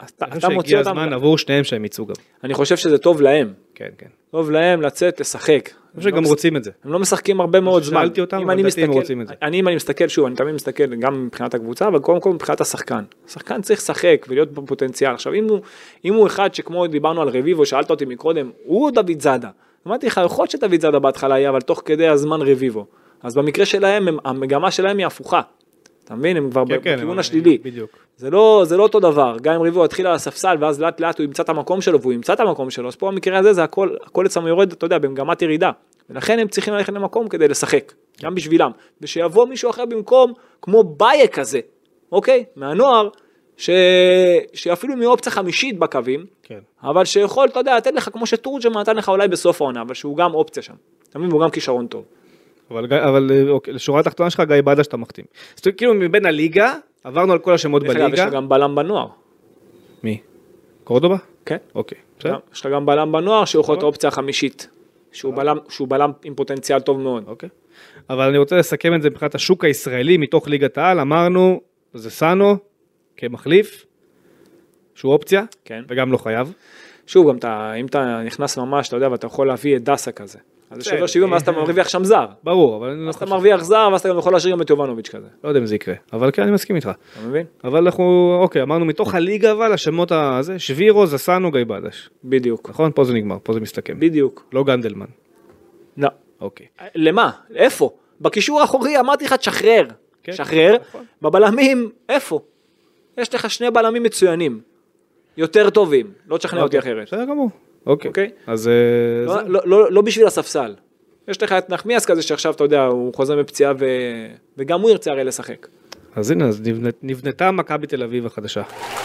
אתה, אני אתה חושב מוציא שהגיע אותם, הזמן עבור שניהם שהם יצאו גם. אני חושב שזה טוב להם, כן, כן. טוב להם לצאת, לשחק. אני חושב שגם לא רוצים את זה. הם לא משחקים הרבה מאוד זמן. שאלתי אותם, אם אבל אני לדעתי הם מסתכל, רוצים את זה. אני, אם אני מסתכל, שוב, אני תמיד מסתכל גם מבחינת הקבוצה, אבל קודם כל מבחינת השחקן. השחקן צריך לשחק ולהיות בפוטנציאל. עכשיו, אם הוא, אם הוא אחד שכמו דיברנו על רביבו, שאלת אותי מקודם, הוא דוד זאדה. אמרתי לך, יכול להיות שדוד זאדה בהתחלה היה, אבל תוך כדי הזמן רביבו. אז במקרה שלהם, הם, המגמה שלהם היא הפוכה. אתה מבין? הם כבר כן, כן, בכיוון הם- השלילי. בדיוק. זה לא, זה לא אותו דבר. גם אם רביבו התחיל על הספסל, ואז לאט לאט הוא ימצא את המקום שלו, והוא ימצא את המקום שלו. אז פה במקרה הזה, זה הכל, הכל אצלם יורד, אתה יודע, במגמת ירידה. ולכן הם צריכים ללכת למקום כדי לשחק. גם בשבילם. ושיבוא מישהו אחר במקום, כמו ביי כזה. אוקיי? מהנוער, ש... שאפילו מאופציה חמישית בקווים, כן. אבל שיכול, אתה יודע, לתת לך כמו שטורג'מן נתן לך אולי בסוף העונה, אבל שהוא גם אופציה שם. אתה מבין? והוא גם כישרון טוב. אבל, גיא- אבל אוקיי, לשורה התחתונה שלך, גיא בדש אתה מחתים. אז כאילו מבין הליגה, עברנו על כל השמות דרך אגב, יש בליגה. לך גם בלם בנוער. מי? קורדובה? כן. אוקיי, בסדר. גם- יש לך גם בלם בנוער שהוא יכול להיות האופציה החמישית. שהוא בלם, שהוא בלם עם פוטנציאל טוב מאוד. אוקיי. אבל אני רוצה לסכם את זה מבחינת השוק הישראלי מתוך ליגת העל, אמרנו, זה סאנו כמחליף, שהוא אופציה, כן. וגם לא חייב. שוב, גם אתה, אם אתה נכנס ממש, אתה יודע, ואתה יכול להביא את דסה כזה. אז זה בסדר. שווה שבעים, ואז אתה מרוויח שם זר. ברור, אבל אני לא אז אתה חושב, מרוויח זר, ואז אתה גם יכול להשאיר גם את יובנוביץ' כזה. לא יודע אם זה יקרה, אבל כן, אני מסכים איתך. אתה מבין? אבל אנחנו, אוקיי, אמרנו מתוך הליגה אבל, השמות הזה, שבירו, זה סאנו, גיא בדש. בדיוק. נכון? פה זה נגמר, פה זה מסתכם. בדיוק. לא גנדלמן. לא. אוקיי. למה? איפה? בקישור האחורי אמרתי לך תשחרר. כן, שחרר. נכון. בבלמים, איפה? יש לך שני בלמים מצוינים. יותר טובים. לא תשכנע אותי אוקיי, אחרת. בסדר גמור. אוקיי. אוקיי? אז אה, לא, זה- לא, לא, לא בשביל הספסל. יש לך את נחמיאס כזה שעכשיו אתה יודע, הוא חוזר מפציעה ו... וגם הוא ירצה הרי לשחק. אז הנה, אז נבנ- נבנתה מכבי תל אביב החדשה.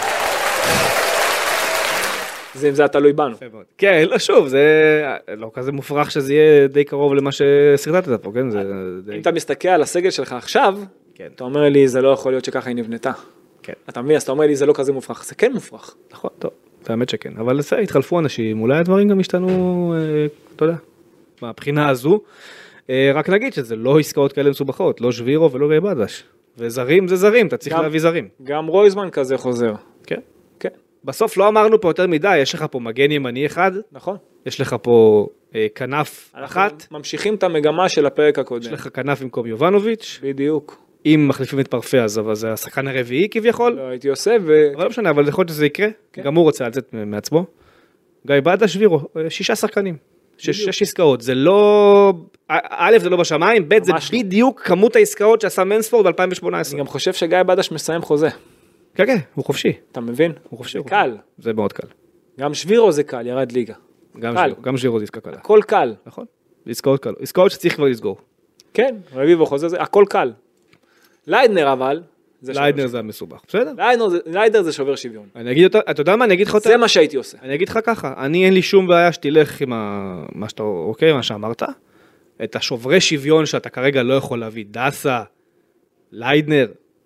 זה אם זה היה תלוי בנו. כן, לא שוב, זה לא כזה מופרך שזה יהיה די קרוב למה שסרטטת פה, כן? זה די... אם אתה מסתכל על הסגל שלך עכשיו, כן. אתה אומר לי זה לא יכול להיות שככה היא נבנתה. כן. אתה מבין, אז אתה אומר לי זה לא כזה מופרך, זה כן מופרך. נכון, טוב, את האמת שכן, אבל בסדר, התחלפו אנשים, אולי הדברים גם השתנו, אה, אתה יודע, מהבחינה הזו. אה, רק נגיד שזה לא עסקאות כאלה מסובכות, לא שבירו ולא גיא בדש. וזרים זה זרים, אתה צריך גם- להביא זרים. גם רויזמן כזה חוזר. כן. כן, בסוף לא אמרנו פה יותר מדי, יש לך פה מגן ימני אחד, נכון. יש לך פה אה, כנף אנחנו אחת, ממשיכים את המגמה של הפרק יש הקודם. לך כנף במקום יובנוביץ', בדיוק. אם מחליפים את פרפה אז אבל זה השחקן הרביעי כביכול, לא הייתי עושה, ו... אבל לא משנה, אבל יכול להיות שזה יקרה, כן. גם הוא רוצה לצאת מעצמו. גיא בדש שבירו, אה, שישה שחקנים, שש, שש עסקאות, זה לא, א' זה לא בשמיים, ב' זה ממש לא. בדיוק כמות העסקאות שעשה מנספורד ב-אלפיים שמונה עשרה. אני גם חושב שגיא בדש מסיים חוזה. כן, כן, הוא חופשי, אתה מבין? הוא חופשי. זה הוא קל. חופשי. זה מאוד קל. גם שבירו זה קל, ירד ליגה. גם קל. שבירו, גם שבירו זה עסקה קלה. הכל קל. נכון? עסקאות קל, עסקאות שצריך כבר לסגור. כן, רביבו חוזר, זה הכל קל. ליידנר אבל, זה שובר ליידנר שוויון. זה המסובך, בסדר? ליידנר זה- ליידנר זה שובר שוויון. אני אגיד אותה, אתה יודע מה, אני אגיד לך אותה, זה מה שהייתי עושה. אני אגיד לך ככה, אני אין לי שום בעיה שתלך עם ה... מה שאתה, אוקיי, מה שאמרת, את השוברי שוויון שאתה כרגע לא יכול להביא, דסה, ליידנר,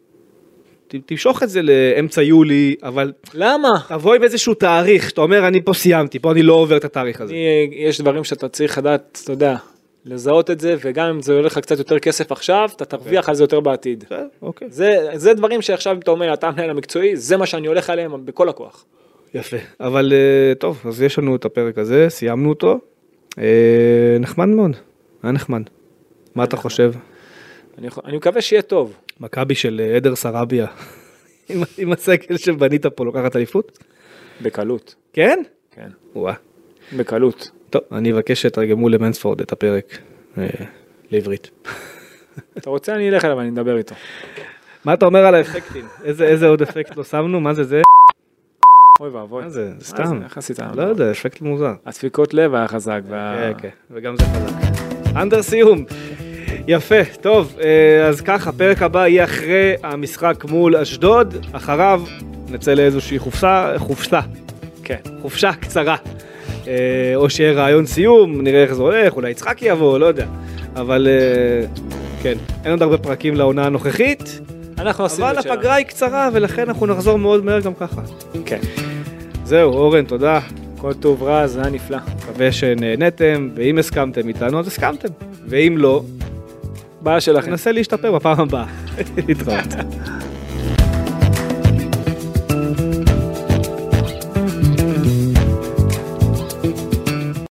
ת- תמשוך את זה לאמצע יולי, אבל למה? תבואי באיזשהו תאריך, שאתה אומר, אני פה סיימתי, פה אני לא עובר את התאריך הזה. אני, יש דברים שאתה צריך לדעת, אתה יודע, לזהות את זה, וגם אם זה הולך לך קצת יותר כסף עכשיו, אתה תרוויח על זה יותר בעתיד. בסדר, אוקיי. זה, זה דברים שעכשיו אתה אומר, אתה המנהל המקצועי, זה מה שאני הולך עליהם בכל הכוח. יפה, אבל אה, טוב, אז יש לנו את הפרק הזה, סיימנו אותו, אה, נחמד מאוד, היה נחמד. מה אתה חושב? אני, יכול- אני מקווה שיהיה טוב. מכבי של אה, עדר סרביה, עם, עם הסגל שבנית פה לוקחת אליפות? בקלות. כן? כן. וואה. בקלות. טוב, אני אבקש שתרגמו למנספורד את הפרק אה, לעברית. אתה רוצה, אני אלך אליו, אני אדבר איתו. מה אתה אומר על האפקטים? איזה, איזה עוד אפקט לא שמנו? מה זה זה? אוי ואבוי. מה זה? זה מה סתם. איך עשית? לא יודע, אפקט מוזר. הדפיקות לב היה חזק. וה... כן, כן, וגם זה חזק. אנדר סיום. יפה, טוב, אה, אז ככה, הפרק הבא יהיה אחרי המשחק מול אשדוד, אחריו נצא לאיזושהי חופשה, חופשה, כן. חופשה קצרה. אה, או שיהיה רעיון סיום, נראה איך זה הולך, אולי יצחק יבוא, לא יודע. אבל אה, כן, אין עוד הרבה פרקים לעונה הנוכחית, אנחנו עשינו אבל את שלנו. הפגרה היא קצרה ולכן אנחנו נחזור מאוד מהר גם ככה. כן. זהו, אורן, תודה. כל טוב רע, זה היה נפלא. מקווה שנהנתם, ואם הסכמתם איתנו, אז הסכמתם. ואם לא, בעיה שלכם. ננסה להשתפר בפעם הבאה. להתראות.